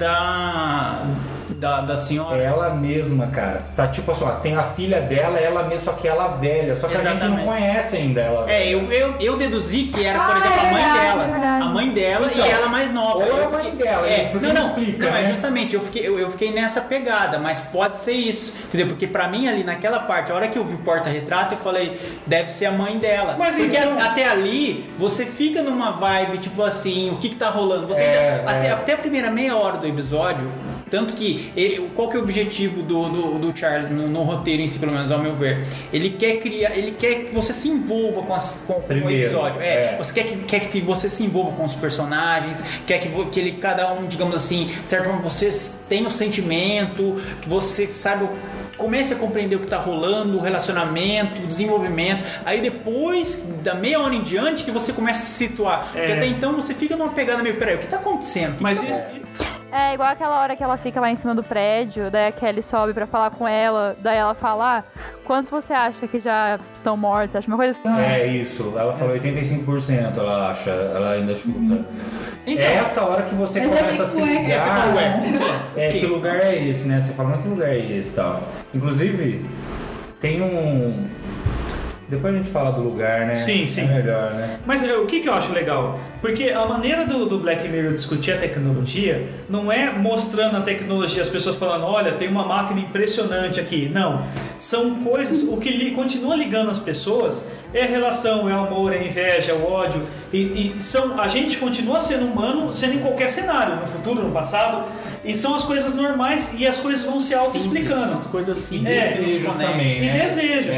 da senhora. Ela mesma, cara. Tá tipo assim, tem a filha dela, ela mesma, só que ela velha. Só que a gente não conhece ainda ela. Eu deduzi que era, por exemplo, a mãe dela. A mãe dela então, e ela mais nova. Ou a mãe dela, porque não explica, não, né? justamente, eu fiquei nessa pegada, mas pode ser isso, entendeu? Porque pra mim ali naquela parte, a hora que eu vi o porta-retrato, eu falei, deve ser a mãe dela. Mas porque então... até ali, você fica numa vibe, tipo assim, o que tá rolando? Você até a primeira meia hora do episódio, tanto que, qual que é o objetivo do Charles no roteiro em si, pelo menos ao meu ver? Ele quer que você se envolva com o episódio. Você quer que você se envolva com os personagens, quer que ele, cada um, digamos assim, de certa forma, você tenha um sentimento, que você saiba, comece a compreender o que está rolando, o relacionamento, o desenvolvimento. Aí depois, da meia hora em diante, que você começa a se situar. Porque até então você fica numa pegada meio, peraí, o que está acontecendo? Mas É igual aquela hora que ela fica lá em cima do prédio, daí a Kelly sobe pra falar com ela, daí ela fala, quantos você acha que já estão mortos? Acho uma coisa assim. É isso, ela falou 85%, ela acha, ela ainda chuta. Então, é essa hora que você começa a se ligar. Que lugar é esse, né? Você fala, mas que lugar é esse e tal. Inclusive, tem um... Depois a gente fala do lugar, né? Sim. É melhor, né? Mas o que eu acho legal? Porque a maneira do Black Mirror discutir a tecnologia não é mostrando a tecnologia, as pessoas falando, olha, tem uma máquina impressionante aqui. Não. São coisas, o que continua ligando as pessoas é a relação, é o amor, é a inveja, é o ódio. A gente continua sendo humano, sendo em qualquer cenário, no futuro, no passado. E são as coisas normais e as coisas vão se auto-explicando. São as coisas simples. Desejos também, né? E desejos.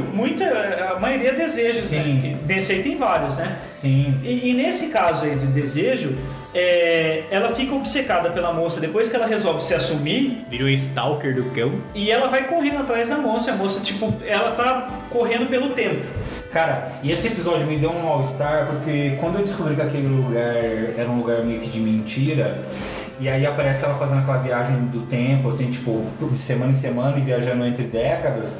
A maioria é desejos. Sim. Né? Desse aí tem vários, né? Sim. E nesse caso aí do desejo, ela fica obcecada pela moça depois que ela resolve se assumir. Virou stalker do cão. E ela vai correndo atrás da moça. A moça, tipo, ela tá correndo pelo tempo. Cara, e esse episódio me deu um all-star porque quando eu descobri que aquele lugar era um lugar meio que de mentira, e aí aparece ela fazendo aquela viagem do tempo, assim, tipo, de semana em semana e viajando entre décadas.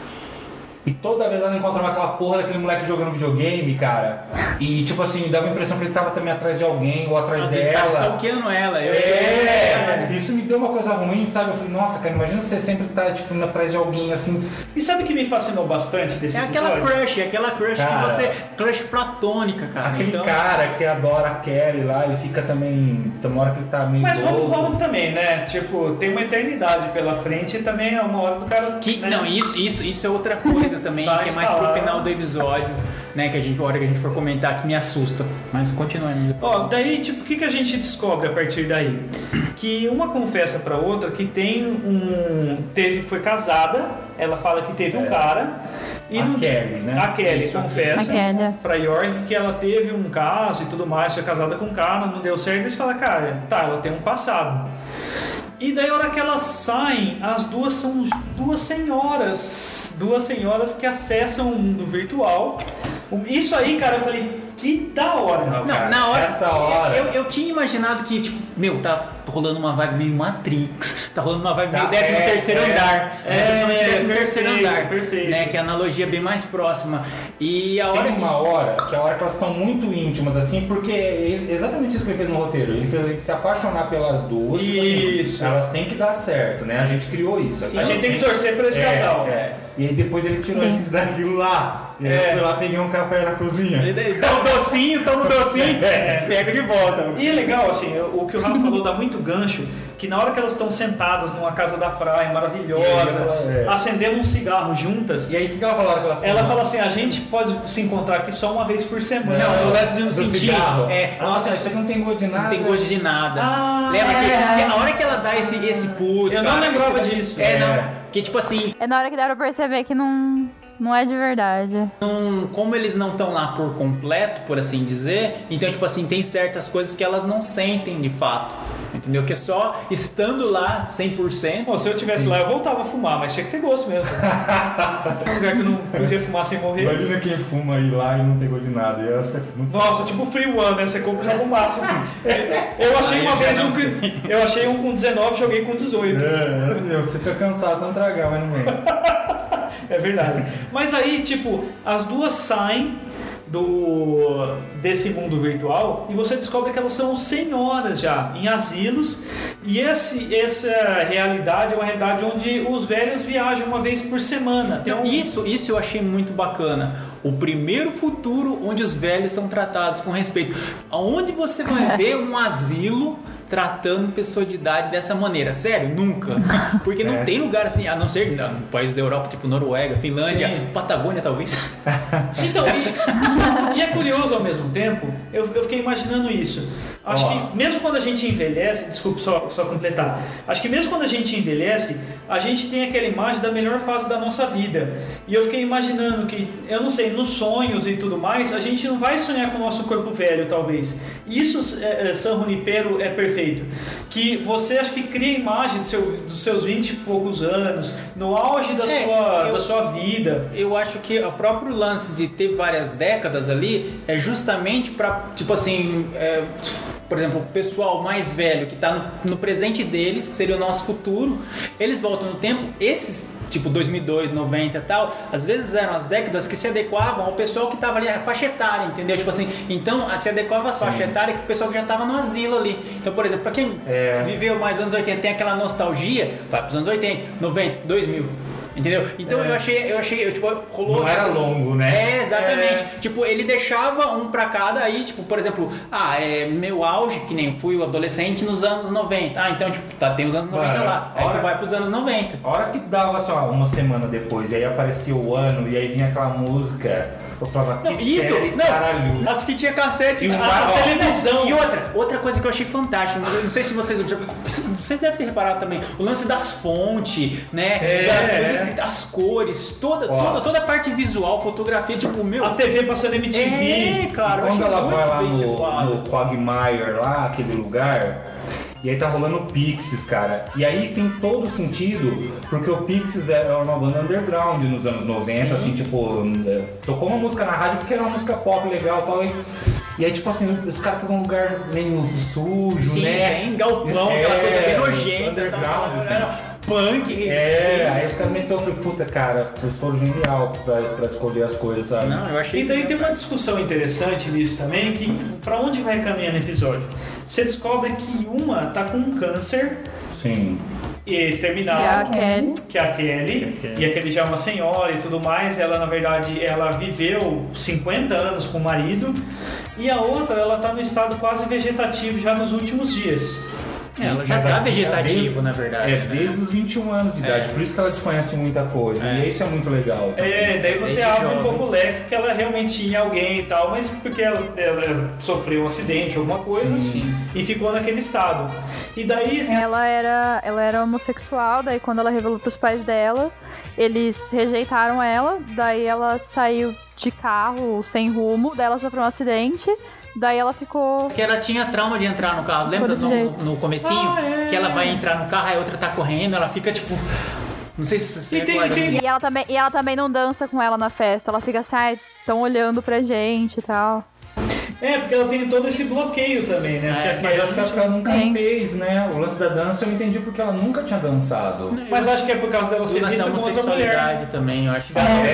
E toda vez ela encontrava aquela porra daquele moleque jogando videogame, cara. E tipo assim, dava a impressão que ele tava também atrás de alguém ou atrás dela. Você tava stalkeando ela. Isso me deu uma coisa ruim, sabe? Eu falei, nossa, cara, imagina você sempre tá tipo indo atrás de alguém assim. E sabe o que me fascinou bastante desse episódio? Aquela crush cara, que você... Crush platônica, cara. Aquele cara que adora a Kelly lá, ele fica também... Tem uma hora que ele tá meio Mas vamos também, né? Tipo, tem uma eternidade pela frente e também é uma hora do cara... Né? Não, isso é outra coisa também, que é mais pro final do episódio, né? Que a hora que a gente for comentar, que me assusta. Mas continuando. Daí, tipo, o que a gente descobre a partir daí? Que uma confessa pra outra que foi casada, ela fala que teve um cara. E Kelly, né? A Kelly confessa pra York que ela teve um caso e tudo mais, foi casada com um cara, não deu certo. Eles falam, cara, ela tem um passado. E daí a hora que elas saem, as duas são duas senhoras que acessam o mundo virtual. Isso aí, cara, eu falei, que da hora. Não, cara, na hora, essa hora... Eu tinha imaginado que, tipo, tá rolando uma vibe meio Matrix, tá rolando uma vibe meio 13º andar, principalmente 13º andar, perfeito. Né, que é a analogia bem mais próxima. E a hora tem uma hora que elas estão muito íntimas, assim, porque é exatamente isso que ele fez no roteiro. Ele fez a gente se apaixonar pelas duas. Isso. Assim, elas têm que dar certo, né? A gente criou isso. Sim, a gente tem que torcer por esse casal. E aí depois ele tirou a gente daquilo lá. E aí eu fui lá, peguei um café na cozinha. Ele dá um docinho, toma um docinho, pega de volta. E é legal, assim, o que o Rafa falou dá muito gancho, que na hora que elas estão sentadas numa casa da praia maravilhosa, acendendo um cigarro juntas, E aí o que ela falou na hora que ela falou? ela fala assim, a gente pode se encontrar aqui só uma vez por semana. Não, o lance de não do sentir. cigarro. Nossa, isso aqui não tem gosto de nada. não tem gosto de nada. Ah, Lembra que a hora que ela dá esse putz, Eu não lembrava disso. Não. Que tipo assim, É na hora que dá pra perceber que não é de verdade. como eles não estão lá por completo, por assim dizer, então tipo assim, tem certas coisas que elas não sentem de fato. Entendeu? Que é só estando lá 100%. Bom, se eu tivesse lá, eu voltava a fumar, mas tinha que ter gosto mesmo. Um lugar que eu não podia fumar sem morrer. Imagina quem fuma aí lá e não tem gosto de nada. Ia ser muito Nossa, tipo Free One, né? Você compra já no máximo. Eu achei uma vez eu achei um com 19 e joguei com 18. É assim mesmo, você fica cansado, não tragar, mas não vem. É verdade. Mas aí, tipo, as duas saem desse mundo virtual e você descobre que elas são senhoras já em asilos, e essa realidade é uma realidade onde os velhos viajam uma vez por semana. Então, isso eu achei muito bacana. O primeiro futuro onde os velhos são tratados com respeito. Aonde você vai ver um asilo tratando pessoa de idade dessa maneira? Sério, nunca. Porque não tem lugar assim, a não ser no país da Europa, tipo Noruega, Finlândia, Sim. Patagônia talvez. Então, e é curioso ao mesmo tempo, eu fiquei imaginando isso. Acho que mesmo quando a gente envelhece, desculpa só completar, acho que mesmo quando a gente envelhece, a gente tem aquela imagem da melhor fase da nossa vida. E eu fiquei imaginando que, eu não sei, nos sonhos e tudo mais, a gente não vai sonhar com o nosso corpo velho, talvez. Isso, San Junipero, é perfeito. Que você, acho que cria a imagem dos seus 20 e poucos anos, no auge da sua vida. Eu acho que o próprio lance de ter várias décadas ali é justamente para, tipo assim, por exemplo, o pessoal mais velho que está no presente deles, que seria o nosso futuro, eles voltam no tempo, esses tipo 2002, 90 e tal, às vezes eram as décadas que se adequavam ao pessoal que estava ali, a faixa etária, entendeu? Tipo assim, então se adequava a faixa etária que o pessoal que já estava no asilo ali. Então, por exemplo, para quem viveu mais anos 80, tem aquela nostalgia, vai para os anos 80, 90, 2000. Entendeu? Então eu achei, tipo, rolou. Não era longo, né? Exatamente. Tipo, ele deixava um pra cada aí, tipo, por exemplo, meu auge, que nem fui o adolescente nos anos 90. Então, tipo, tem os anos 90 lá. Aí tu vai pros anos 90. A hora que dava só uma semana depois, e aí aparecia o ano, e aí vinha aquela música, eu falava, caralho. As fitinhas cassete, a televisão. E outra coisa que eu achei fantástica, não sei se vocês devem ter reparado também, o lance das fontes, né? As cores, toda a parte visual, fotografia, tipo, a TV passando MTV. Cara, quando ela vai lá no Quagmire, lá, aquele lugar, e aí tá rolando o Pixies, cara. E aí tem todo sentido, porque o Pixies é uma banda underground nos anos 90, assim, tipo, tocou uma música na rádio porque era uma música pop legal e tal. E aí, tipo assim, os caras pegam um lugar meio sujo, né? Sim, galpão, aquela coisa bem nojenta. Underground, assim. Punk. Aí os caras mentou, eu falei, puta, cara, eles foram genial pra escolher as coisas, sabe? Não, eu achei. E daí tem uma discussão interessante nisso também, que pra onde vai caminhando o episódio? Você descobre que uma tá com um câncer. Sim. E terminal, que é a Kelly, e a Kelly já é uma senhora e tudo mais. Ela, na verdade, ela viveu 50 anos com o marido, e a outra, ela tá no estado quase vegetativo já nos últimos dias. Ela já tá vegetativo, na verdade. Desde os 21 anos de idade, por isso que ela desconhece muita coisa. E isso é muito legal. Daí você abre um pouco o leque que ela realmente tinha alguém e tal, mas porque ela sofreu um acidente, alguma coisa, e ficou naquele estado. E daí... Assim, ela era homossexual, daí quando ela revelou pros pais dela, eles rejeitaram ela, daí ela saiu de carro sem rumo, daí ela sofreu um acidente. Daí ela ficou... Porque ela tinha trauma de entrar no carro. Lembra no comecinho? Que ela vai entrar no carro, a outra tá correndo, ela fica tipo... Não sei se você recorda. E ela também não dança com ela na festa. Ela fica assim, tão olhando pra gente e tal. Porque ela tem todo esse bloqueio também, né? Mas acho que ela nunca fez, né? O lance da dança eu entendi porque ela nunca tinha dançado. Mas acho que é por causa dela ser vista como outra mulher. Também, eu acho que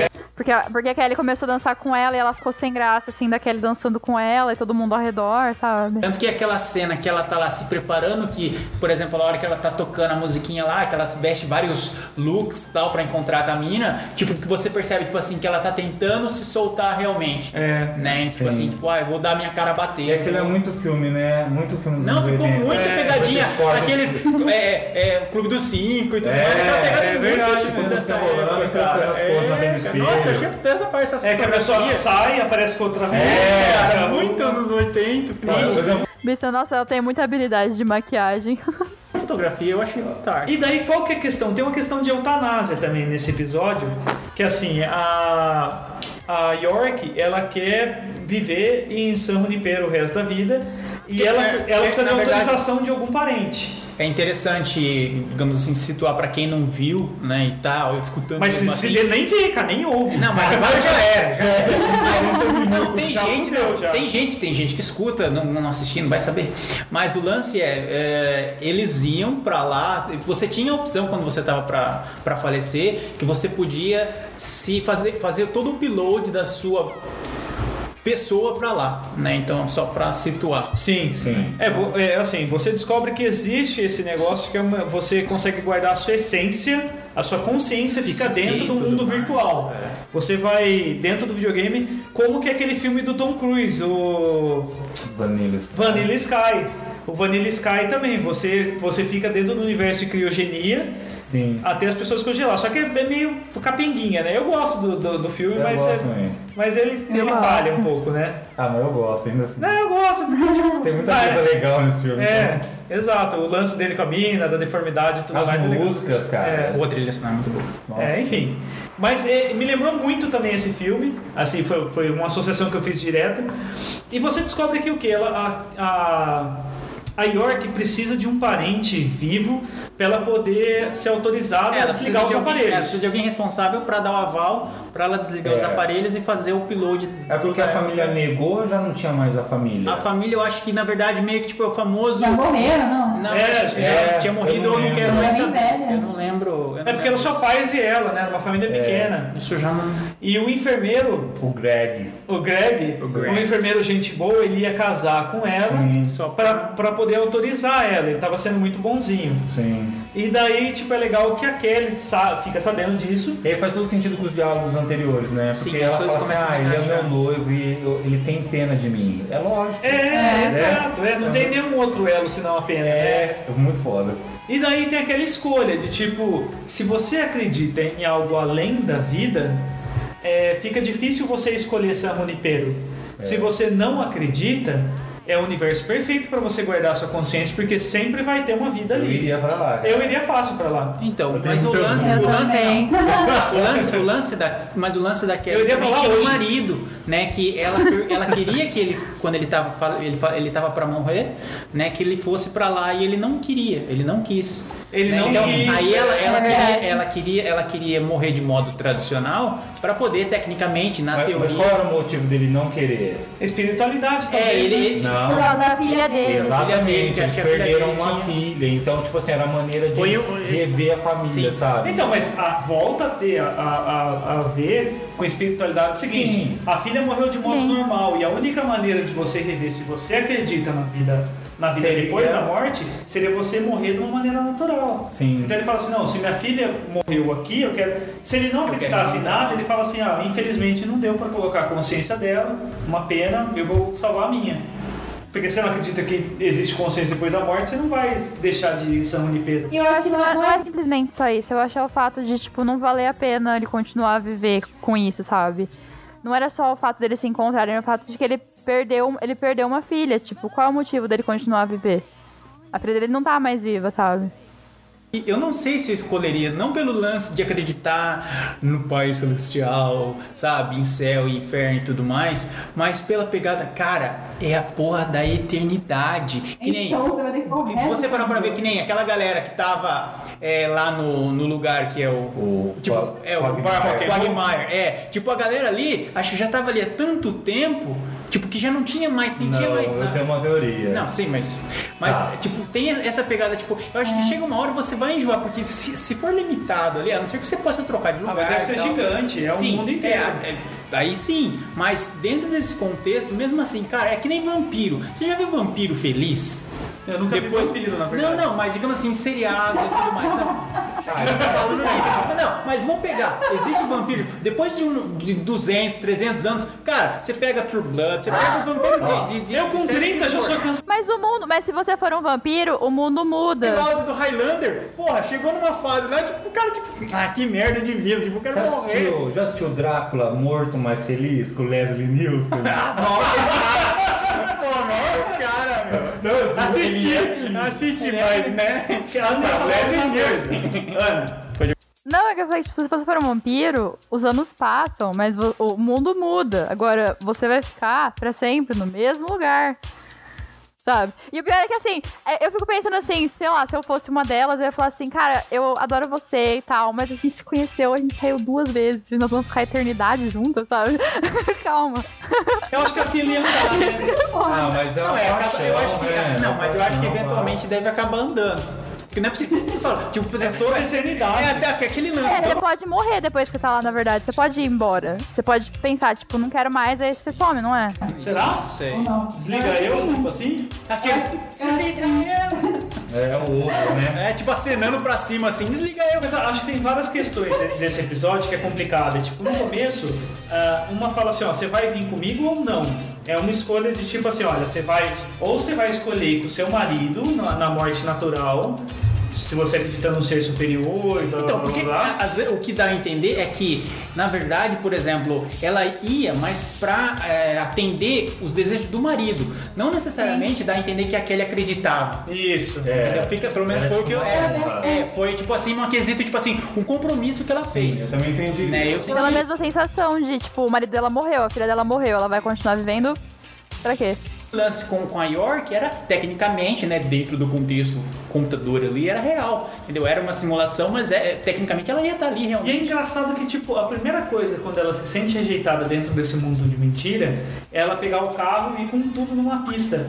Porque a Kelly começou a dançar com ela e ela ficou sem graça, assim, da Kelly dançando com ela e todo mundo ao redor, sabe? Tanto que aquela cena que ela tá lá se preparando, que, por exemplo, a hora que ela tá tocando a musiquinha lá, que ela se veste vários looks e tal pra encontrar com a mina, tipo, que você percebe, tipo assim, que ela tá tentando se soltar realmente. Né? Tipo assim, tipo, eu vou dar minha cara a bater. E aquilo é muito filme, né? Muito filme dos Não, anos ficou 80. muito pegadinha. Aqueles. Clube dos 5 e tudo mais. Aquela pegada muito verdade, esses filmes dessa rolando, época, trocando as poses na frente do espelho. Nossa, eu achei essa parte, essas É que a pessoa sai, aparece com outra É, muito anos 80. Bicho, nossa, ela tem muita habilidade de maquiagem. Fotografia eu achei fantástico. E daí qual que é a questão? Tem uma questão de eutanásia também nesse episódio, que assim, a York, ela quer viver em San Junipero o resto da vida e ela precisa de autorização de algum parente. É interessante, digamos assim, situar pra quem não viu, né, e tal, escutando. Mas se assim, nem vê, cara, nem ouve. Não, mas agora já era. Não, tem já gente, fudeu, não. já. Tem gente que escuta, não assistindo, vai saber. Mas o lance eles iam pra lá. Você tinha a opção quando você tava pra falecer, que você podia se fazer todo o upload da sua pessoa pra lá, né? Então, só pra situar. Sim. Assim, você descobre que existe esse negócio que você consegue guardar a sua essência, a sua consciência fica dentro do mundo virtual. Você vai dentro do videogame, como que é aquele filme do Tom Cruise, o Vanilla Sky. O Vanilla Sky também, você fica dentro do universo de criogenia. Sim. Até as pessoas congelar. Só que é meio capenguinha, né? Eu gosto do filme, mas ele falha um pouco, né? Ah, mas eu gosto ainda assim. Não, eu gosto, porque tipo, tem muita coisa legal nesse filme. Exato. O lance dele com a mina, da deformidade e tudo as mais. As músicas, cara. Boa trilha sonora, muito boa. Enfim. Mas me lembrou muito também esse filme. Assim, foi uma associação que eu fiz direta. E você descobre que o quê? A York precisa de um parente vivo para ela poder ser autorizada a desligar os aparelhos. Ela precisa de alguém responsável para dar o aval para ela desligar os aparelhos e fazer o upload. É porque a família negou ou já não tinha mais a família? A família, eu acho que na verdade meio que tipo é o famoso. Já morreram, não? Não, tinha morrido ou não quero mais saber. Eu não lembro. Porque era só pais e ela, né? Uma família pequena. Isso já não. E o enfermeiro. O Greg. O enfermeiro, gente boa, ele ia casar com ela. Sim. Só para poder autorizar ela. Ele tava sendo muito bonzinho. Sim. E daí, tipo, é legal que a Kelly fica sabendo disso. E aí faz todo sentido com os diálogos anteriores, né? Porque sim, ela fala assim, ele é meu noivo e ele tem pena de mim. É lógico. Exato. Não tem nenhum outro elo senão a pena. Muito foda. E daí tem aquela escolha de tipo, se você acredita em algo além da vida, fica difícil você escolher San Junipero. Se você não acredita, é o universo perfeito para você guardar sua consciência, porque sempre vai ter uma vida ali. Eu iria pra lá. Cara. Eu iria fácil pra lá. Então, mas o lance da Kelly também tinha um marido, né, que ela queria que ele, quando ele tava para morrer, né, que ele fosse pra lá e ele não queria, ele não quis. Aí ela queria morrer de modo tradicional para poder tecnicamente, teoria. Mas qual era o motivo dele não querer? Espiritualidade talvez. Não. Por causa da filha dele. Exatamente, eles perderam uma filha. Então, tipo assim, era a maneira de rever a família, sabe? Então, mas volta a ter a ver com espiritualidade o seguinte: a filha morreu de modo normal e a única maneira de você rever, se você acredita na vida depois da morte, seria você morrer de uma maneira natural. Sim. Então ele fala assim, não, se minha filha morreu aqui, eu quero... Se ele não acreditasse em nada, ele fala assim, infelizmente não deu para colocar a consciência dela, uma pena, eu vou salvar a minha. Porque você não acredita que existe consciência depois da morte, você não vai deixar de ir San Junipero. E eu acho que não é simplesmente só isso, eu acho que é o fato de, tipo, não valer a pena ele continuar a viver com isso, sabe? Não era só o fato dele se encontrarem, era o fato de que ele perdeu uma filha. Tipo, qual é o motivo dele continuar a viver? A filha dele não tá mais viva, sabe? Eu não sei se eu escolheria, não pelo lance de acreditar no Pai Celestial, sabe, em céu e inferno e tudo mais, mas pela pegada, cara, é a porra da eternidade. Que nem você parar pra ver que nem aquela galera que tava lá no lugar que é o bar Quagmire. Tipo, a galera ali, acho que já tava ali há tanto tempo. Tipo, porque já não tinha mais, Não, sentia mais eu nada. tenho uma teoria. Não, sim, mas Tá. tipo, tem essa pegada, tipo, eu acho que chega uma hora você vai enjoar, porque se for limitado ali, a não ser que você possa trocar de lugar. mas deve ser e tal. gigante, é o Sim, mundo inteiro. Aí sim, mas dentro desse contexto, mesmo assim, cara, é que nem vampiro. Você já viu vampiro feliz? Eu nunca vi vampiro, na verdade. Não, mas digamos assim, seriado e tudo mais. Não. Você tá falando aí. Não, mas vamos pegar. Existe vampiro. Depois de 200, 300 anos, cara, você pega True Blood, você pega os vampiros de Eu com 30 já sou cansado. Mas se você for um vampiro, o mundo muda. Igual do Highlander, porra, chegou numa fase lá, tipo, o cara, tipo, que merda de vida, tipo, o Você cara morrer. já assistiu Drácula Morto Mais Feliz com Leslie Nielsen? Cara, meu. Não, eu Assisti mais, né? Ana, Ana, Não, é que eu falei, tipo, se você for um vampiro, os anos passam, mas o mundo muda. Agora, você vai ficar pra sempre no mesmo lugar. Sabe? E o pior é que, assim, eu fico pensando assim, sei lá, se eu fosse uma delas, eu ia falar assim, cara, eu adoro você e tal, mas a gente se conheceu, a gente saiu 2 vezes, e nós vamos ficar a eternidade juntas, sabe? Calma. eu acho que a filha ia andar, né? Ah, mas é uma paixão, eu acho que, né? não, mas eu acho que Paixão, eventualmente deve acabar andando. Porque não é possível que você fala, tipo, por exemplo, Toda a eternidade. até aquele lance. Você pode morrer depois que você tá lá, na verdade. Você pode ir embora. Você pode pensar, tipo, não quero mais, aí você some, não é? Será? Não sei. Desliga eu, tipo assim? Aqueles. É o outro, né? É, tipo, acenando pra cima assim, desliga eu. Mas acho que tem várias questões desse episódio que é complicada. Tipo, no começo, uma fala assim, ó, você vai vir comigo ou não? É uma escolha de tipo assim, olha, você vai escolher ir com o seu marido na morte natural, se você acredita no ser superior, blá, Então, blá, porque blá, blá. às vezes, o que dá a entender é que, na verdade, por exemplo, ela ia mais pra atender os desejos do marido. Não necessariamente dá a entender que aquele acreditava. Isso. Entendeu? Fica, pelo menos Era foi o que eu. tipo uma Foi tipo assim, um quesito, tipo assim, um compromisso que ela Eu fez. também entendi. Né? Eu isso. senti. Pela mesma sensação de, tipo, o marido dela morreu, a filha dela morreu, ela vai continuar vivendo pra quê? O lance com a York era tecnicamente, né, dentro do contexto computador ali, era real, entendeu? Era uma simulação, mas tecnicamente ela ia estar ali E é realmente. engraçado que, tipo, a primeira coisa quando ela se sente rejeitada dentro desse mundo de mentira é ela pegar o carro e ir com tudo numa pista.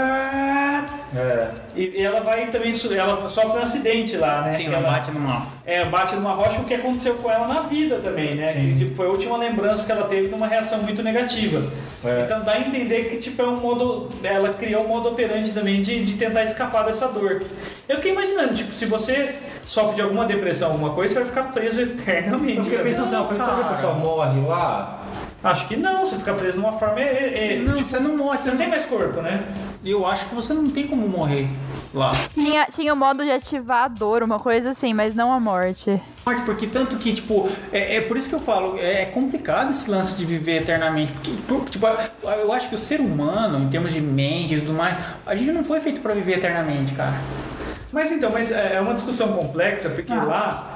É. E ela vai também, ela sofre um acidente lá, né? Sim, Que ela bate numa. bate numa rocha, o que aconteceu com ela na vida também, né? Sim. Que tipo, foi a última lembrança que ela teve de uma reação muito negativa. É. Então dá a entender que tipo, é um modo. Ela criou um modo operante também de tentar escapar dessa dor. Eu fiquei imaginando, tipo, se você sofre de alguma depressão, alguma coisa, você vai ficar preso eternamente. Eu fiquei pensando assim, eu falei, será que a pessoa morre lá? Acho que não, você fica preso numa forma. Não, Tipo, você não morre, você não tem mais corpo, né? Eu acho que você não tem como morrer lá. Tinha o modo de ativar a dor, uma coisa assim, mas não a morte. Porque tanto que, tipo, é por isso que eu falo, é complicado esse lance de viver eternamente. Porque, tipo, eu acho que o ser humano, em termos de mente e tudo mais, a gente não foi feito pra viver eternamente, cara. Mas então, é uma discussão complexa, porque lá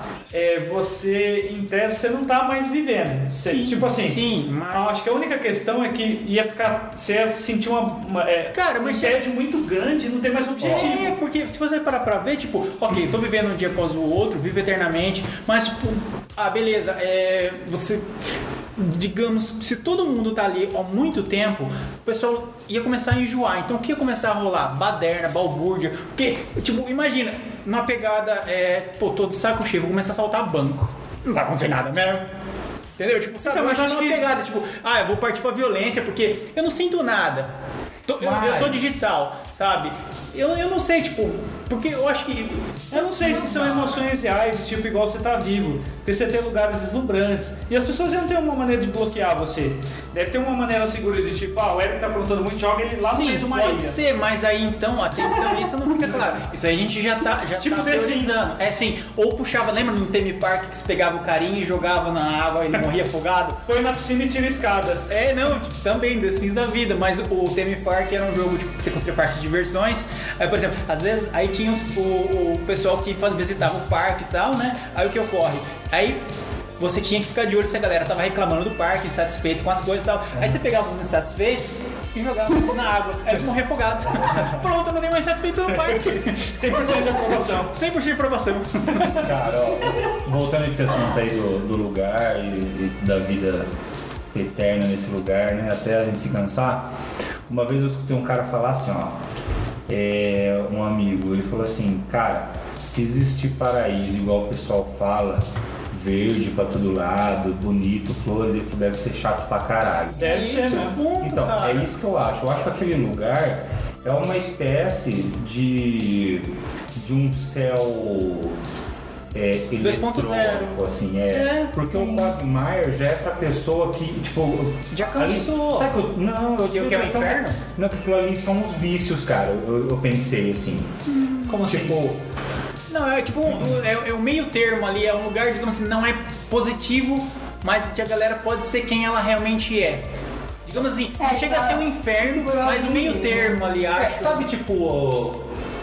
você, em tese, você não tá mais vivendo. Sim, tipo assim, sim, mas- acho que a única questão é que você ia sentir Cara, um mas tédio muito grande e não ter mais objetivo. É, porque se você parar pra ver, tipo, ok, tô vivendo um dia após o outro, vivo eternamente, mas tipo, beleza, você, digamos, se todo mundo tá ali há muito tempo, o pessoal ia começar a enjoar. Então o que ia começar a rolar? Baderna, balbúrdia, porque, tipo, imagina, numa pegada, tô de saco cheio, vou começar a assaltar banco. Não vai acontecer nada mesmo. Entendeu? Tipo, sabe, Então, eu mas acho acho uma que- pegada, tipo, eu vou partir pra violência porque eu não sinto nada. Eu sou digital, sabe? Eu não sei, tipo, porque eu acho que. Eu não sei se são emoções reais, tipo, igual você tá vivo. Porque você tem lugares deslumbrantes. E as pessoas iam ter uma maneira de bloquear você. Deve ter uma maneira segura de tipo, o Eric tá aprontando muito, joga ele lá no meio de Sim, uma pode ilha. ser, mas aí então, até então isso não fica claro. Isso aí a gente já tá Tipo tá The Sims. teorizando. É assim, ou puxava, lembra no Theme Park que você pegava o carinha e jogava na água e ele morria afogado? Põe na piscina e tira a escada. Não, tipo, também The Sims da vida, mas o Theme Park era um jogo tipo, que você construía parque de diversões. Aí, por exemplo, às vezes aí tinha o pessoal que visitava o parque e tal, né? Aí o que ocorre? Aí você tinha que ficar de olho se a galera tava reclamando do parque, insatisfeito com as coisas e tal. Aí você pegava os insatisfeitos e jogava na água. Aí eles morriam afogados. Pronto, eu não tenho mais satisfeito no parque. 100% de aprovação. 100% de aprovação. Cara, ó, voltando a esse assunto aí do lugar e da vida eterna nesse lugar, né? Até a gente se cansar. Uma vez eu escutei um cara falar assim, ó, um amigo, ele falou assim, cara, se existir paraíso igual o pessoal fala, verde pra todo lado, bonito, flores, ele falou, deve ser chato pra caralho. Deve ser, né? Então, cara. é isso que eu acho. Eu acho que aquele lugar é uma espécie de um céu eletrônico, 2.0. assim, porque sim. o Quagmire já é pra pessoa que, tipo... Já cansou. Sabe que eu tive que é a o impressão inferno? Não, que aquilo ali são os vícios, cara. Eu pensei assim. Como assim? Tipo, Não, é tipo é o meio termo ali, é um lugar, digamos assim, não é positivo, mas que a galera pode ser quem ela realmente é. Digamos assim, não chega a ser um inferno, mas o meio termo ali, acho. sabe, tipo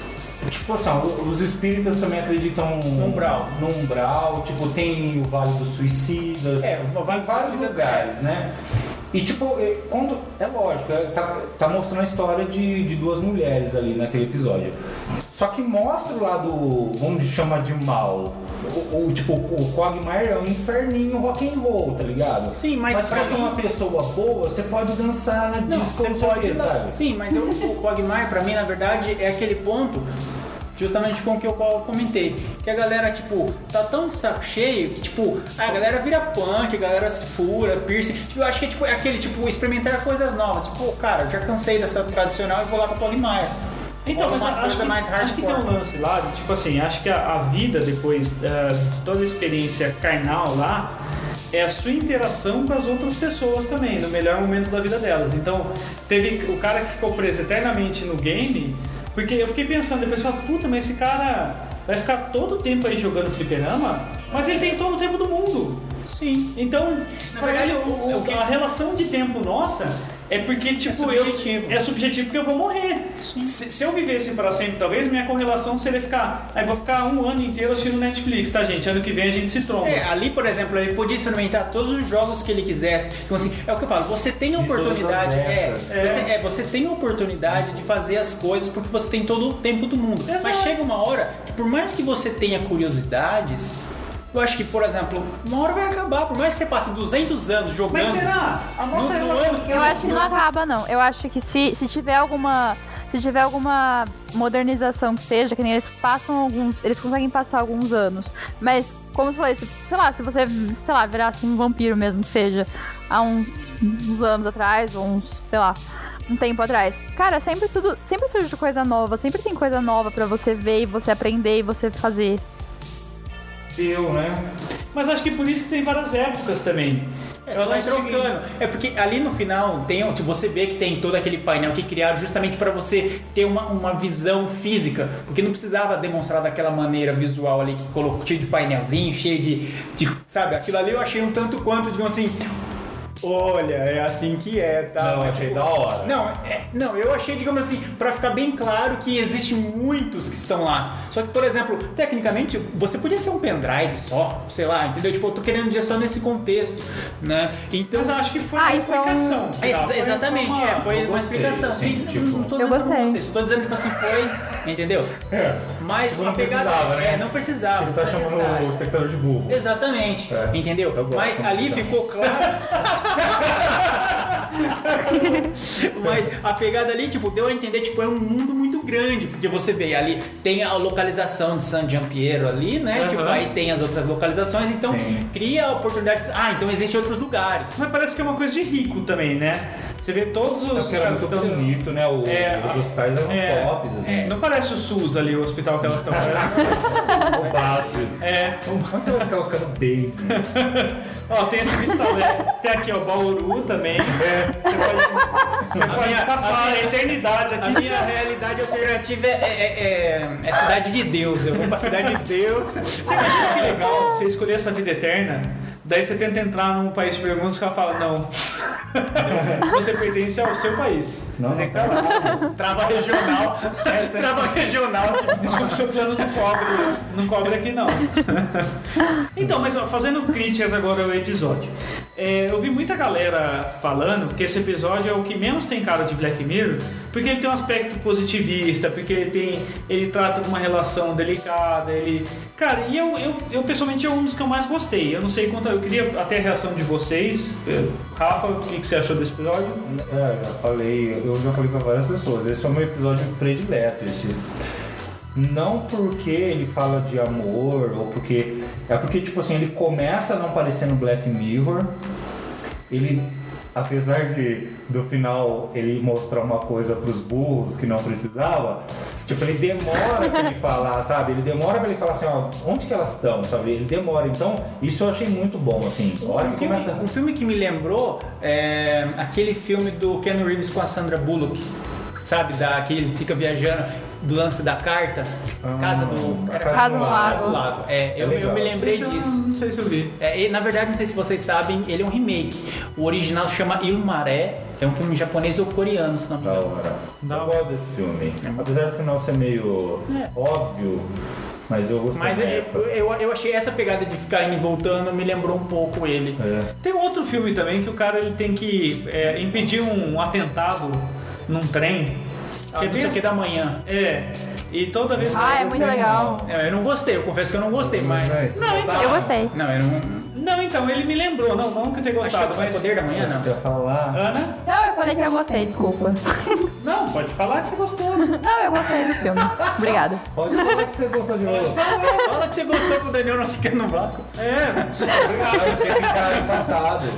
assim, os espíritas também acreditam No umbral. No umbral, tipo, tem o Vale dos Suicidas, o Vale tem dos vários Suicidas, lugares, né? E tipo, quando. É lógico, tá mostrando a história de duas mulheres ali naquele episódio. Só que mostra o lado, vamos chamar de mal. Tipo, o Quagmire é um inferninho rock and roll, tá ligado? Sim, mas pra pra ser mim- uma pessoa boa, você pode dançar na Não, disco, você não sei o pode, quê, sabe? sim, mas o Quagmire pra mim, na verdade, é aquele ponto, justamente com o que eu comentei, que a galera, tipo, tá tão de saco cheio que, tipo, a galera vira punk, a galera se fura, piercing, tipo, eu acho que é, tipo, é aquele, tipo, experimentar coisas novas, tipo, cara, eu já cansei dessa tradicional e vou lá pro Quagmire. Então, mas umas acho coisas que, mais acho que tem hardcore. um lance lá, de, tipo assim, acho que a vida depois de toda a experiência carnal lá é a sua interação com as outras pessoas também, no melhor momento da vida delas. Então, teve o cara que ficou preso eternamente no game, porque eu fiquei pensando, depois eu falei, puta, mas esse cara vai ficar todo o tempo aí jogando fliperama, mas ele tem todo o tempo do mundo. Sim. Então, Na pra verdade, ele, a relação de tempo nossa é porque, tipo, subjetivo. é subjetivo porque eu vou morrer. Se eu vivesse para sempre, talvez, minha correlação seria ficar. Aí vou ficar um ano inteiro assistindo Netflix, tá, gente? Ano que vem a gente se tromba. Ali, por exemplo, ele podia experimentar todos os jogos que ele quisesse. Então, assim, é o que eu falo, você tem a De todas oportunidade, as épocas. você tem a oportunidade de fazer as coisas porque você tem todo o tempo do mundo. Exato. Mas chega uma hora que, por mais que você tenha curiosidades, eu acho que, por exemplo, uma hora vai acabar, por mais que você passe 200 anos jogando. Mas será? A nossa No relação. ano- Eu acho que não acaba, não. Eu acho que se tiver alguma modernização que seja, que nem eles passam alguns. Eles conseguem passar alguns anos. Mas, como você falou, sei lá, se você, sei lá, virasse um vampiro mesmo, que seja, há uns anos atrás, ou uns, sei lá, um tempo atrás. Cara, sempre surge coisa nova, sempre tem coisa nova pra você ver e você aprender e você fazer. Né? Mas acho que por isso que tem várias épocas também. Você vai acho o seguinte, trocando. É porque ali no final tem, tipo, você vê que tem todo aquele painel que criaram justamente para você ter uma visão física, porque não precisava demonstrar daquela maneira visual ali que colocou cheio de painelzinho, cheio de sabe, aquilo ali eu achei um tanto quanto, digamos assim, olha, é assim que é, tá? Não, achei da hora. Não, eu achei, digamos assim, pra ficar bem claro que existem muitos que estão lá. Só que, por exemplo, tecnicamente, você podia ser um pendrive só, sei lá, entendeu? Tipo, eu tô querendo dizer só nesse contexto, né? Então, Mas eu acho que foi uma isso é um- explicação. exatamente, foi eu uma gostei, explicação. sim, Sim, tipo- não tô Eu dizendo pra gostei. vocês, tô dizendo que assim foi, entendeu? Mas Tipo, a não pegada precisava, né? não precisava. Ele tá não chamando necessário. o espectador de burro. Exatamente, É, entendeu? eu gosto, Mas não ali precisava. ficou claro. Mas a pegada ali, tipo, deu a entender, tipo, é um mundo muito grande, porque você vê ali, tem a localização de San Giampiero ali, né? Aham. Tipo, aí tem as outras localizações, então Sim. cria a oportunidade. Então existem outros lugares. Mas parece que é uma coisa de rico também, né? Você vê todos os Porque era caras muito que estão- bonito, né? Os hospitais eram tops, assim. Não parece o SUS ali, o hospital que elas estão O base. Onde você vai ficar? Eu vou ficar no base. Ó, tem esse Vistalé, tem aqui, ó, Bauru também. Você pode passar a eternidade A aqui. minha realidade alternativa é Cidade de Deus. Eu vou pra Cidade de Deus. Você imagina que legal você escolher essa vida eterna, daí você tenta entrar num país de primeiro mundo e os caras falam, não. Você pertence ao seu país. Não, Você tem que estar lá. Trava regional. Trava regional. Tipo, Desculpa, seu plano não cobre aqui não. Então, mas ó, fazendo críticas agora ao episódio. Eu vi muita galera falando que esse episódio é o que menos tem cara de Black Mirror, Porque ele tem um aspecto positivista, porque ele trata de uma relação delicada, Cara, e eu pessoalmente é um dos que eu mais gostei. Eu não sei quanto. Eu queria até a reação de vocês. Rafa, o que você achou desse episódio? Eu já falei pra várias pessoas. Esse é o meu episódio predileto. Não porque ele fala de amor, ou porque. É porque, tipo assim, ele começa não parecendo Black Mirror. Ele. Apesar do final ele mostrar uma coisa pros burros que não precisava, tipo, ele demora pra ele falar, sabe? Ele demora pra ele falar assim, ó, onde que elas estão, sabe? Ele demora. Então, isso eu achei muito bom, assim. Um filme que me lembrou é aquele filme do Ken Reeves com a Sandra Bullock, sabe? Que ele fica viajando do lance da carta, Casa no Lago. Eu me lembrei disso. Não sei se eu vi. Na verdade, não sei se vocês sabem, ele é um remake. O original chama Il Mare, é um filme japonês ou coreano, se não me engano. Eu gosto desse filme. Apesar do final ser meio óbvio, mas eu gostei. Mas eu achei essa pegada de ficar indo e voltando, me lembrou um pouco ele. Tem outro filme também que o cara ele tem que impedir um atentado num trem. Não sei o que da manhã. E toda vez que é muito legal. Eu não gostei, eu confesso que eu não gostei, mas. Não, então. Eu gostei. Não, então, ele me lembrou, não que eu tenha gostado, mas. Mas... Poder da Manhã, não. Eu ia falar. Ana? Não, eu falei que eu gostei, desculpa. Não, pode falar que você gostou. Não, eu gostei do filme. Obrigada. Pode falar que você gostou de novo. Fala que você gostou pro Daniel não ficar no vácuo. Obrigado. Porque ficar empatado.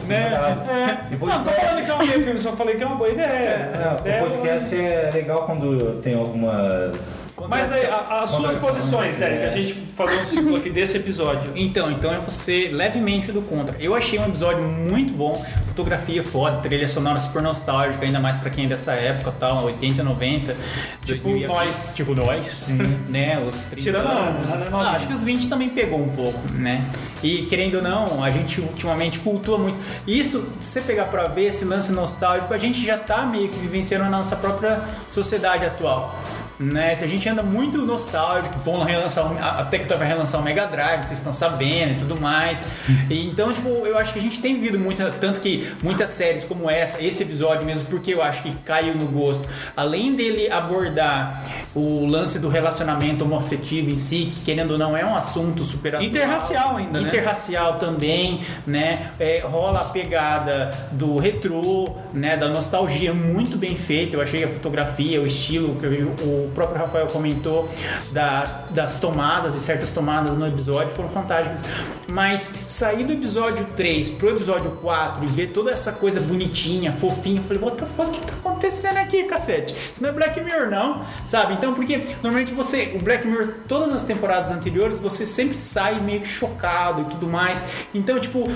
Não, tô falando que é um bom filme, só falei que é uma boa ideia. O podcast é legal quando tem algumas... Mas daí, as suas posições, Eric, a gente fazer um ciclo aqui desse episódio. Então é você levemente do contra. Eu achei um episódio muito bom, fotografia foda, trilha sonora super nostálgica, ainda mais pra quem é dessa época, tal, 80, 90. Tipo nós. Tipo nós, né? Os 30 Tirando anos. Acho que os 20 também pegou um pouco, né? E querendo ou não, a gente ultimamente cultua muito. Isso, se você pegar pra ver esse lance nostálgico, a gente já tá meio que vivenciando na nossa própria sociedade atual. Né? A gente anda muito nostálgico, vão relançar a Tectoy vai relançar o Mega Drive, vocês estão sabendo e tudo mais. E então, tipo, eu acho que a gente tem vivido tanto que muitas séries como esse episódio mesmo, porque eu acho que caiu no gosto. Além dele abordar o lance do relacionamento homoafetivo em si, que querendo ou não é um assunto super atual. Interracial ainda, Interracial também, né? Rola a pegada do retrô, né? Da nostalgia, muito bem feito. Eu achei a fotografia, o estilo, que o próprio Rafael comentou das tomadas, de certas tomadas no episódio, foram fantásticas. Mas sair do episódio 3 pro episódio 4 e ver toda essa coisa bonitinha, fofinha, eu falei, what the fuck, que tá acontecendo aqui, cacete? Isso não é Black Mirror, não, sabe? Então, porque normalmente o Black Mirror, todas as temporadas anteriores, você sempre sai meio que chocado e tudo mais. Então, tipo,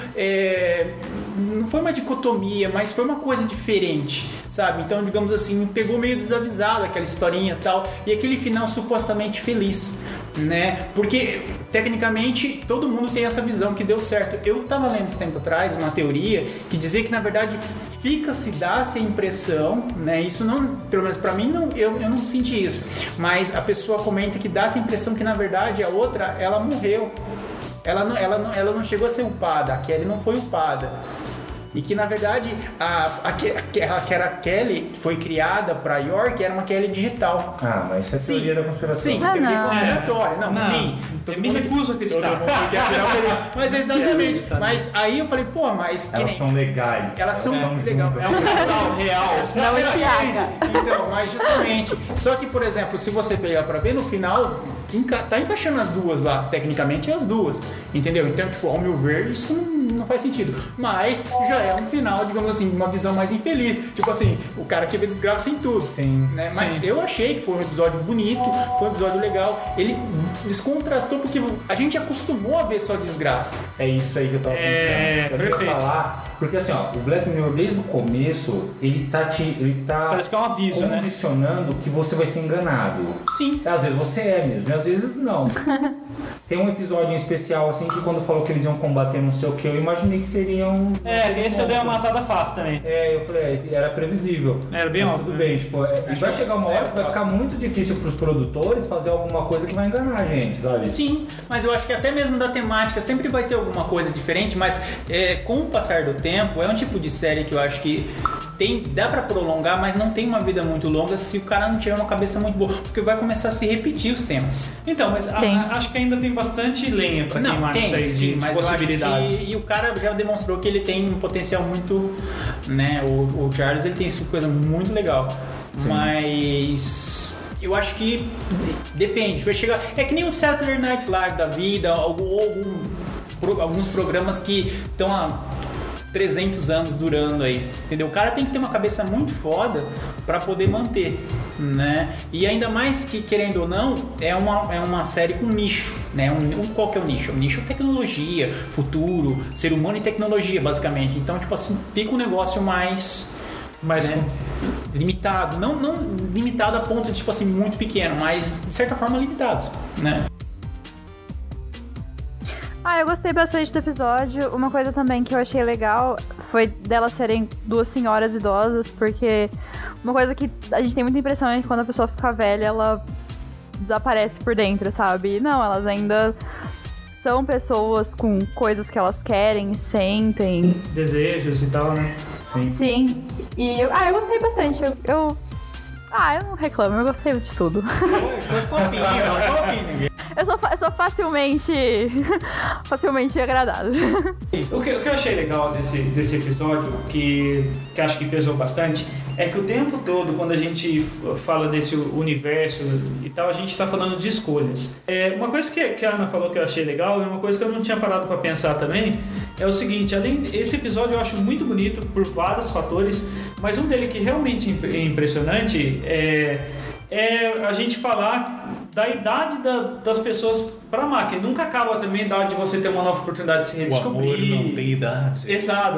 não foi uma dicotomia, mas foi uma coisa diferente, sabe? Então, digamos assim, me pegou meio desavisado aquela historinha e tal, e aquele final supostamente feliz, né? Porque, tecnicamente, todo mundo tem essa visão que deu certo. Eu tava lendo esse tempo atrás uma teoria que dizia que, na verdade, dá-se a impressão, né? Isso não, pelo menos pra mim, eu não senti isso, mas a pessoa comenta que dá-se a impressão que, na verdade, a outra, ela morreu. Ela não chegou a ser upada, a Kelly não foi upada. E que, na verdade, a Kelly que foi criada pra York era uma Kelly digital. Mas isso é teoria da conspiração. Sim, teoria conspiratória. Não, sim. Eu me recuso a acreditar. Todo mundo quer virar feliz. Mas exatamente. Mas aí eu falei, mas... Elas são legais. Elas são legais. É um casal real. Não estraga. Então, mas justamente. Só que, por exemplo, se você pegar pra ver no final, tá encaixando as duas lá. Tecnicamente, as duas. Entendeu? Então, tipo, ao meu ver, isso não faz sentido. Mas já é um final, digamos assim, uma visão mais infeliz. Tipo assim, o cara quer ver desgraça em tudo. Sim. Né? Mas eu achei que foi um episódio bonito, foi um episódio legal. Ele descontrastou porque a gente acostumou a ver só desgraça. É isso aí que eu tava pensando. Eu ia falar, porque assim, ó, o Black Mirror desde o começo, ele tá parece que é um aviso, condicionando que você vai ser enganado. Sim. Às vezes você é mesmo, e às vezes não. Tem um episódio em especial, assim, que quando falou que eles iam combater não sei o que, eu imaginei que seriam... esse eu dei uma matada fácil também. Eu falei, era previsível. Era bem óbvio. Tudo bem, tipo, e vai chegar uma hora que vai ficar muito difícil pros produtores fazer alguma coisa que vai enganar a gente, sabe? Sim, mas eu acho que até mesmo da temática sempre vai ter alguma coisa diferente, mas com o passar do tempo, é um tipo de série que eu acho que dá pra prolongar, mas não tem uma vida muito longa se o cara não tiver uma cabeça muito boa, porque vai começar a se repetir os temas. Então, mas acho que ainda tem bastante lenha pra queimar isso aí de mas possibilidades. Eu acho que, e o cara já demonstrou que ele tem um potencial muito, né, o Charles, ele tem isso coisa muito legal. Sim. Mas eu acho que depende, vai chegar, é que nem o Saturday Night Live da vida, alguns programas que estão há 300 anos durando aí, entendeu? O cara tem que ter uma cabeça muito foda pra poder manter, né? E ainda mais que, querendo ou não, é uma série com nicho, né? Qual que é o nicho? O nicho é tecnologia, futuro, ser humano e tecnologia, basicamente. Então, tipo assim, fica um negócio mais né? Limitado, não limitado a ponto de, tipo assim, muito pequeno, mas de certa forma limitados, né? Eu gostei bastante do episódio. Uma coisa também que eu achei legal foi delas serem duas senhoras idosas, porque uma coisa que a gente tem muita impressão é que quando a pessoa fica velha, ela desaparece por dentro, sabe? E não, elas ainda são pessoas com coisas que elas querem, sentem. Desejos e tal, né? Sim. E eu gostei bastante. Eu não reclamo, eu gostei de tudo. Eu sou facilmente agradado. O que eu achei legal desse episódio, que acho que pesou bastante, é que o tempo todo, quando a gente fala desse universo e tal, a gente está falando de escolhas. Uma coisa que a Ana falou que eu achei legal, e uma coisa que eu não tinha parado para pensar também, é o seguinte: esse episódio eu acho muito bonito por vários fatores, mas um dele que realmente é impressionante é a gente falar da idade das pessoas para a máquina. Nunca acaba também a idade de você ter uma nova oportunidade de se redescobrir. O amor não tem idade. Exato.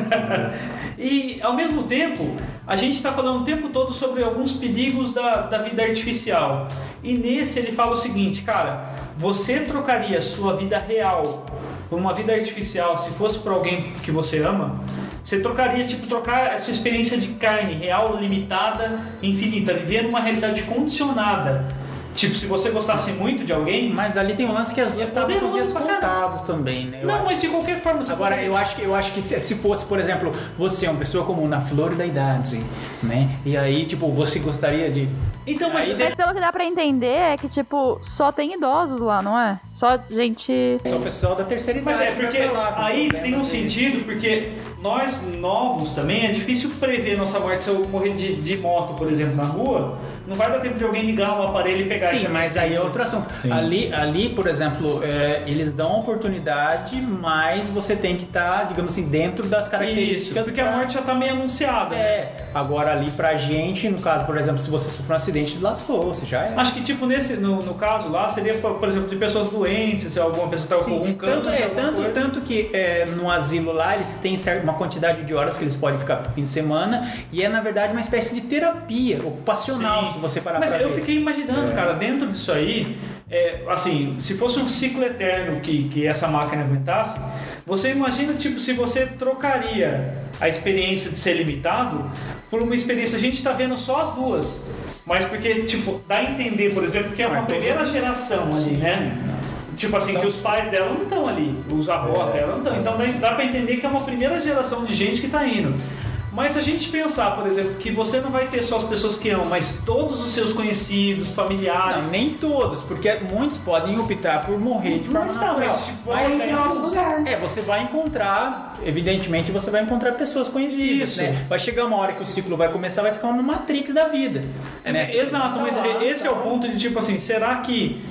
E, ao mesmo tempo, a gente está falando o tempo todo sobre alguns perigos da vida artificial. E nesse ele fala o seguinte, cara, você trocaria sua vida real por uma vida artificial se fosse para alguém que você ama? Você trocar essa experiência de carne real, limitada, infinita, viver numa realidade condicionada. Tipo, se você gostasse muito de alguém... Mas ali tem um lance que as duas estavam com os dias contados também, né? Mas de qualquer forma... Agora, eu acho que se fosse, por exemplo, você é uma pessoa comum, na flor da idade, né? E aí, tipo, você gostaria de... Então, mas pelo que dá pra entender é que, tipo, só tem idosos lá, não é? Só gente... Só o pessoal da terceira idade. Mas porque aí tem um sentido, porque nós novos também, é difícil prever nossa morte. Se eu morrer de moto, por exemplo, na rua, não vai dar tempo de alguém ligar um aparelho e pegar. Sim, mas aí é outro assunto. Ali, por exemplo, eles dão a oportunidade, mas você tem que estar, digamos assim, dentro das características. Isso, porque a morte já está meio anunciada. Agora ali pra gente, no caso, por exemplo, se você sofreu um acidente, lascou, você já é. Acho que tipo no caso lá, seria, por exemplo, de pessoas doentes, se alguma pessoa estava com algum câncer. Tanto que no asilo lá, eles têm uma quantidade de horas que eles podem ficar pro fim de semana, e é na verdade uma espécie de terapia ocupacional. Sim. Se você parar. Mas eu fiquei imaginando, cara, dentro disso aí, assim, se fosse um ciclo eterno que essa máquina aguentasse, você imagina, tipo, se você trocaria a experiência de ser limitado por uma experiência, a gente tá vendo só as duas, mas porque, tipo, dá a entender, por exemplo, que é uma primeira geração ali, né? Tipo assim, que os pais dela não estão ali, os avós dela não estão, então dá pra entender que é uma primeira geração de gente que tá indo. Mas se a gente pensar, por exemplo, que você não vai ter só as pessoas que amam, mas todos os seus conhecidos, familiares... Não, nem todos, porque muitos podem optar por morrer de forma natural. Mas tipo, você vai em outro lugar. Você vai encontrar, evidentemente, você vai encontrar pessoas conhecidas, isso, né? Vai chegar uma hora que o ciclo vai começar, vai ficar uma Matrix da vida. Né? Exato, mas esse é o ponto de, tipo assim, será que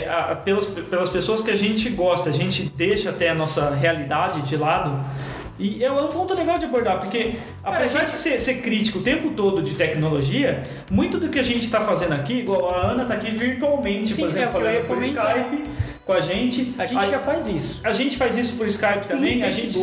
pelas pessoas que a gente gosta, a gente deixa até a nossa realidade de lado? E é um ponto legal de abordar, porque apesar de ser crítico o tempo todo de tecnologia, muito do que a gente está fazendo aqui, igual a Ana está aqui virtualmente, por exemplo, falando por Skype com a gente. A gente já faz isso. A gente faz isso por Skype também. A gente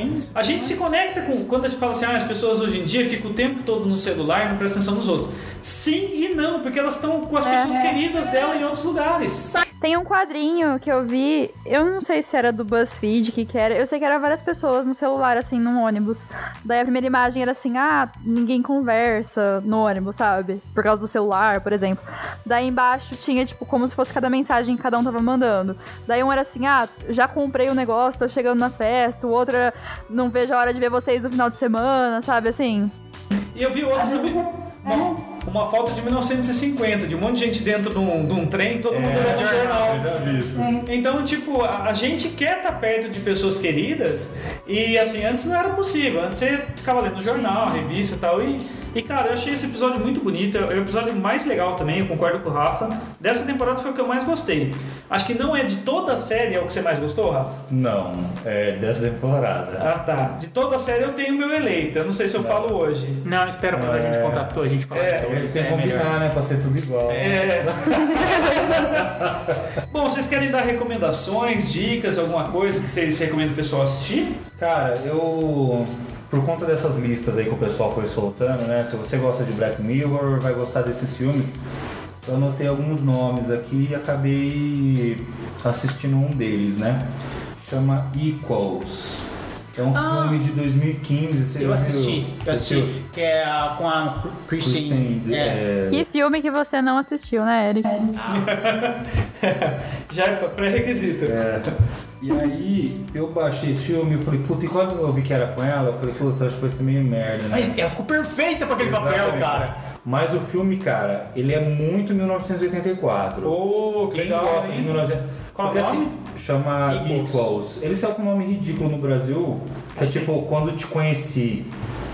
se conecta com... Quando a gente fala assim, as pessoas hoje em dia ficam o tempo todo no celular e não prestam atenção nos outros. Sim e não, porque elas estão com as pessoas queridas dela em outros lugares. Tem um quadrinho que eu vi, eu não sei se era do BuzzFeed, que era, eu sei que era várias pessoas no celular, assim, num ônibus. Daí a primeira imagem era assim, ninguém conversa no ônibus, sabe? Por causa do celular, por exemplo. Daí embaixo tinha, tipo, como se fosse cada mensagem que cada um tava mandando. Daí um era assim, já comprei o negócio, tô chegando na festa. O outro era, não vejo a hora de ver vocês no final de semana, sabe, assim... E eu vi outro também. Uma foto de 1950, de um monte de gente dentro de um trem, todo mundo lendo jornal. Eu já vi isso. Então, tipo, a gente quer estar perto de pessoas queridas e, assim, antes não era possível. Antes você ficava lendo jornal, revista e tal. E, cara, eu achei esse episódio muito bonito. É o episódio mais legal também, eu concordo com o Rafa. Dessa temporada foi o que eu mais gostei. Acho que não é de toda a série é o que você mais gostou, Rafa? Não, é dessa temporada. Ah, tá. De toda a série eu tenho o meu eleito. Eu não sei se eu falo hoje. Não, espera quando a gente contatou, a gente fala. Eles têm que combinar, né? Pra ser tudo igual. Bom, vocês querem dar recomendações, dicas, alguma coisa que vocês recomendam o pessoal assistir? Cara, eu... Por conta dessas listas aí que o pessoal foi soltando, né? Se você gosta de Black Mirror, vai gostar desses filmes. Eu anotei alguns nomes aqui e acabei assistindo um deles, né? Chama Equals. É um filme de 2015. Você Eu assisti, que é com a Kristen. Que filme que você não assistiu, né, Eric? Já é pré-requisito. E aí, eu baixei esse filme e falei, puta, e quando eu vi que era com ela, eu falei, puta, acho que vai ser meio merda, né? Mas ela ficou perfeita pra aquele papel, cara. Mas o filme, cara, ele é muito 1984. Oh, que Quem legal, gosta hein? de 1984? Qual Porque o nome? assim, chama Equals. Ele saiu com um nome ridículo no Brasil, que é tipo, Quando Te Conheci.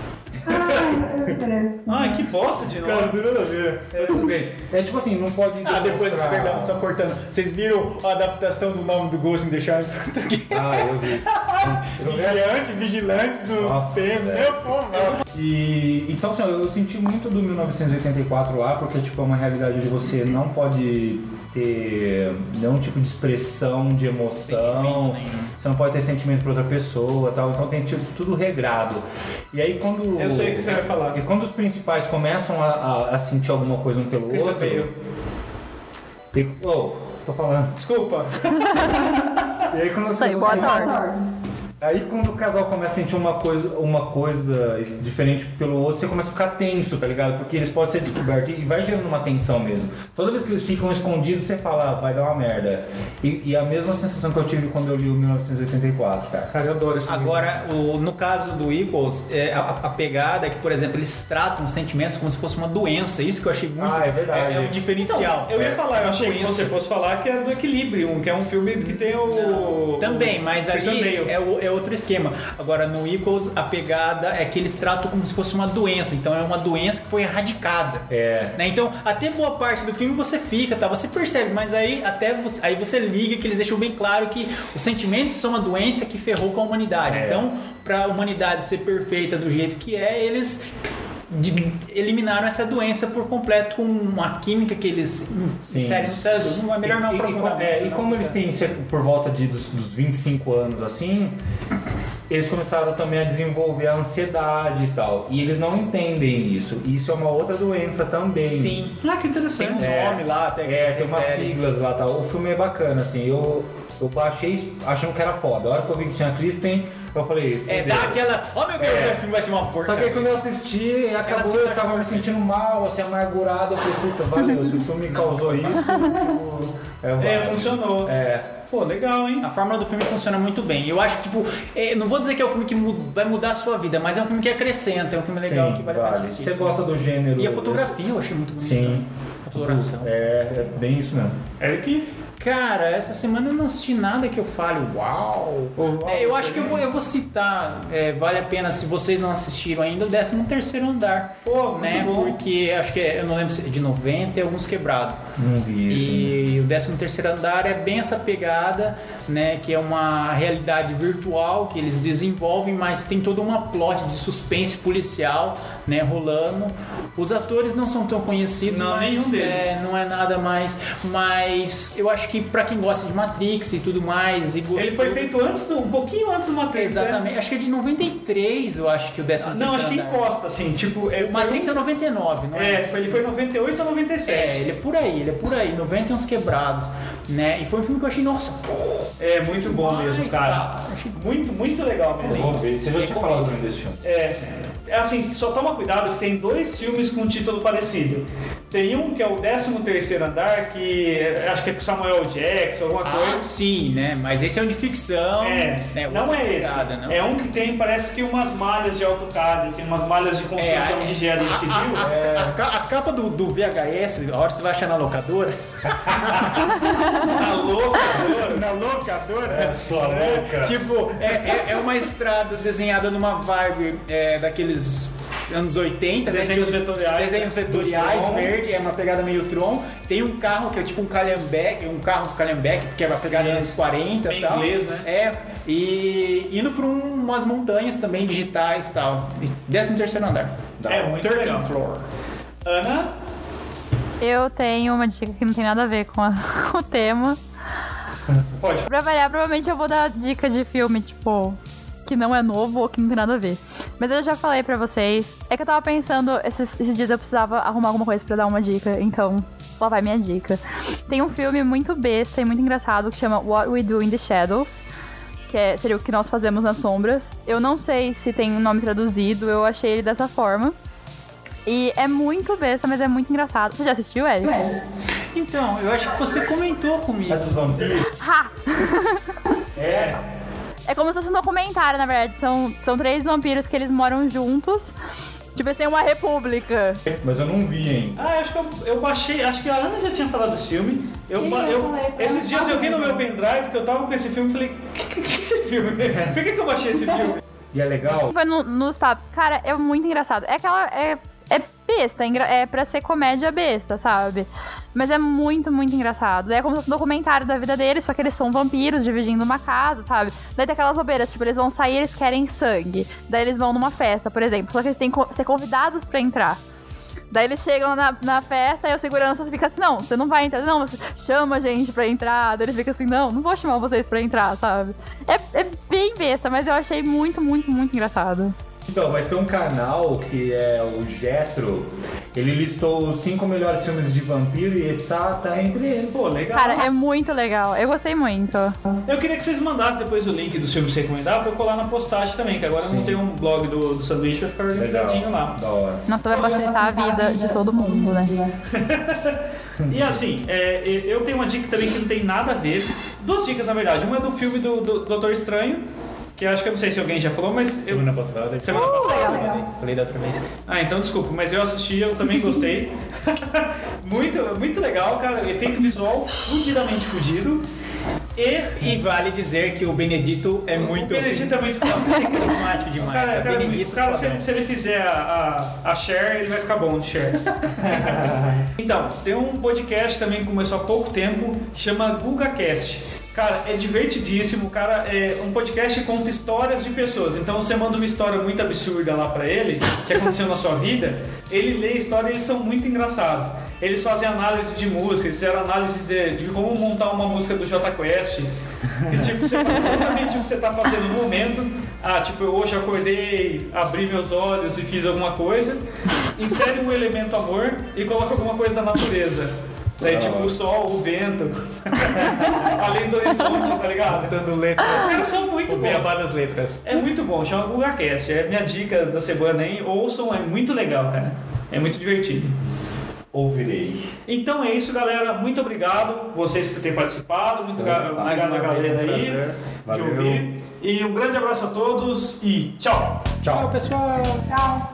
Ai, que bosta de nome. Cara, não tem nada a ver. Mas tudo bem. É tipo assim, não pode Depois, demonstrar- perdão, só cortando. Vocês viram a adaptação do nome do Ghost in the Shell em português? Eu vi. Vigilantes do Nossa, tempo. velho. Meu povo. E então assim, eu senti muito do 1984 lá, porque tipo, é uma realidade onde você não pode ter nenhum tipo de expressão, de emoção, você não pode ter sentimento pra outra pessoa, tal. Então tem tipo tudo regrado. E aí quando Eu sei o que você vai falar. E quando os principais começam a sentir alguma coisa um pelo Christian outro, Bale. tô falando. Desculpa. E aí quando as Isso aí, pessoas boa tarde. Aí quando o casal começa a sentir uma coisa diferente pelo outro, você começa a ficar tenso, tá ligado? Porque eles podem ser descobertos e vai gerando uma tensão mesmo. Toda vez que eles ficam escondidos, você fala, vai dar uma merda. E a mesma sensação que eu tive quando eu li o 1984, cara. Cara, eu adoro esse livro. Agora, no caso do Equals, a pegada é que, por exemplo, eles tratam os sentimentos como se fosse uma doença. Isso que eu achei muito... É verdade. É um diferencial. Eu ia falar, eu achei que doença. você fosse falar que é do Equilibrium, que é um filme que tem o... Também, mas Christian ali Bale. é outro esquema. Agora, no Equals, a pegada é que eles tratam como se fosse uma doença. Então, é uma doença que foi erradicada. Né? Então, até boa parte do filme você fica, tá? Você percebe, mas aí você liga que eles deixam bem claro que os sentimentos são uma doença que ferrou com a humanidade. Então, para a humanidade ser perfeita do jeito que é, eles eliminaram essa doença por completo com uma química que eles inserem no cérebro. Não é melhor não aprofundar. E como eles têm por volta dos 25 anos assim, eles começaram também a desenvolver a ansiedade e tal. E eles não entendem isso. E isso é uma outra doença também. Sim. Ah, que interessante. Tem um nome lá até que Tem umas refere. siglas lá, tal. O filme é bacana, assim. Eu baixei achando que era foda. A hora que eu vi que tinha a Kristen, eu falei... fudeu. Dá aquela... Oh meu Deus, o filme vai ser uma porca. Só que aí quando eu assisti, acabou, eu tava me sentindo mal, assim, amargurado. Eu falei, puta, valeu. Se o filme causou isso, tipo... Funcionou. Pô, legal, hein? A fórmula do filme funciona muito bem. Eu acho que, tipo, não vou dizer que é um filme que vai mudar a sua vida, mas é um filme que acrescenta, é um filme legal que vale a pena assistir. Você gosta do gênero... E a fotografia eu achei muito bonita. Sim. A coloração. É bem isso mesmo. Eric? Cara, essa semana eu não assisti nada que eu fale, uau! Eu acho que eu vou citar, vale a pena, se vocês não assistiram ainda, o 13º Andar. Pô, muito né? bom. Porque acho que eu não lembro se é de 90 e alguns quebrados. Não vi isso. E o 13º Andar é bem essa pegada, né? Que é uma realidade virtual que eles desenvolvem, mas tem toda uma plot de suspense policial, né? Rolando. Os atores não são tão conhecidos, Não, mas nenhum deles. não é nada mais. Mas eu acho que pra quem gosta de Matrix e tudo mais e gostou... Ele foi feito um pouquinho antes do Matrix. Exatamente. Acho que é de 93, eu acho que o 13º Não, acho que Andar. encosta, assim, tipo... O Matrix é 99, não é? Ele foi 98 a 97. Ele é por aí, 90 e uns quebrados, né? E foi um filme que eu achei, nossa, É muito bom demais, mesmo, cara. Achei Muito, muito legal mesmo. Vou ver. Você já tinha falado pra mim desse filme. É assim, só toma cuidado que tem 2 filmes com título parecido. Tem um que é o 13º Andar, que acho que é com Samuel Jackson, alguma coisa. Sim, né? Mas esse é um de ficção. Não é esse. Pegada, não. É um que tem, parece que umas malhas de AutoCAD, assim, umas malhas de construção de engenharia civil. A capa do VHS, a hora que você vai achar na locadora. Na locadora? É sua louca. Tipo, é uma estrada desenhada numa vibe daqueles anos 80, Desenhos né? vetoriais. Desenhos vetoriais, verde, é uma pegada meio Tron. Tem um carro que é tipo um calhambeque, porque é uma pegada anos 40 e tal. Inglês, né? E indo pra umas montanhas também digitais e tal. 13º andar. É muito 13th legal. floor. Ana? Eu tenho uma dica que não tem nada a ver com o tema. Pode. Pra variar, provavelmente eu vou dar dica de filme, tipo, que não é novo ou que não tem nada a ver. Mas eu já falei pra vocês. É que eu tava pensando, esses dias eu precisava arrumar alguma coisa pra dar uma dica, então lá vai minha dica. Tem um filme muito besta e muito engraçado que chama What We Do in the Shadows, que seria o que nós fazemos nas sombras. Eu não sei se tem um nome traduzido, eu achei ele dessa forma. E é muito besta, mas é muito engraçado. Você já assistiu, Eric? Então, eu acho que você comentou comigo. É dos vampiros? Ha! É. É como se fosse um documentário, na verdade. São 3 vampiros que eles moram juntos. Tipo, eles têm uma república. Mas eu não vi ainda. Acho que eu baixei, acho que a Ana já tinha falado desse filme. falei pra Esses dias eu vi no meu pendrive que eu tava com esse filme e falei, que é esse filme? Por que eu baixei esse filme? E é legal? Foi nos papos. Cara, é muito engraçado. É aquela... É besta, é pra ser comédia besta, sabe? Mas é muito, muito engraçado. É como se fosse um documentário da vida deles, só que eles são vampiros dividindo uma casa, sabe? Daí tem aquelas bobeiras, tipo, eles vão sair, eles querem sangue. Daí eles vão numa festa, por exemplo. Só que eles têm que ser convidados pra entrar. Daí eles chegam na festa e o segurança fica assim, não, você não vai entrar, não, você chama a gente pra entrar. Daí ele fica assim, não vou chamar vocês pra entrar, sabe? É bem besta, mas eu achei muito, muito, muito engraçado. Então, mas tem um canal que é o Jetro. Ele listou os 5 melhores filmes de vampiro e esse tá entre eles. Pô, legal. Cara, é muito legal. Eu gostei muito. Eu queria que vocês mandassem depois o link dos filmes recomendados pra eu colar na postagem também, que agora não tem um blog do sanduíche, vai ficar organizadinho lá. Da hora. Nossa, vai facilitar a vida de todo mundo, né? E assim, eu tenho uma dica também que não tem nada a ver. 2 dicas, na verdade. Uma é do filme do Doutor Estranho, que eu acho que eu não sei se alguém já falou, mas... Semana passada. Semana passada. Falei da outra vez. Então desculpa, mas eu assisti, eu também gostei. muito, muito legal, cara. Efeito visual fudidamente fudido. E vale dizer que o Benedito é muito... O Benedito é muito foda. carismático demais. Cara, Benedito, cara, fodão. se ele fizer a Cher, ele vai ficar bom de Cher. Então, tem um podcast também que começou há pouco tempo, chama GugaCast. Cara, é divertidíssimo, cara, é um podcast que conta histórias de pessoas. Então você manda uma história muito absurda lá pra ele, que aconteceu na sua vida, ele lê a história e eles são muito engraçados. Eles fazem análise de música, eles fizeram análise de como montar uma música do Jota Quest. E tipo, você fala exatamente o que você tá fazendo no momento. Tipo, eu hoje acordei, abri meus olhos e fiz alguma coisa. Insere um elemento amor e coloca alguma coisa da natureza. Daí, tipo, o sol, o vento, além do horizonte, tá ligado? Dando letras. Os caras são muito O beabá bons. das letras. É muito bom, chama GugaCast. É minha dica da semana aí. Ouçam, é muito legal, cara. É muito divertido. Ouvirei. Então é isso, galera. Muito obrigado vocês por terem participado. Muito obrigado a galera aí de Valeu. ouvir. E um grande abraço a todos e tchau! Tchau. pessoal. Tchau.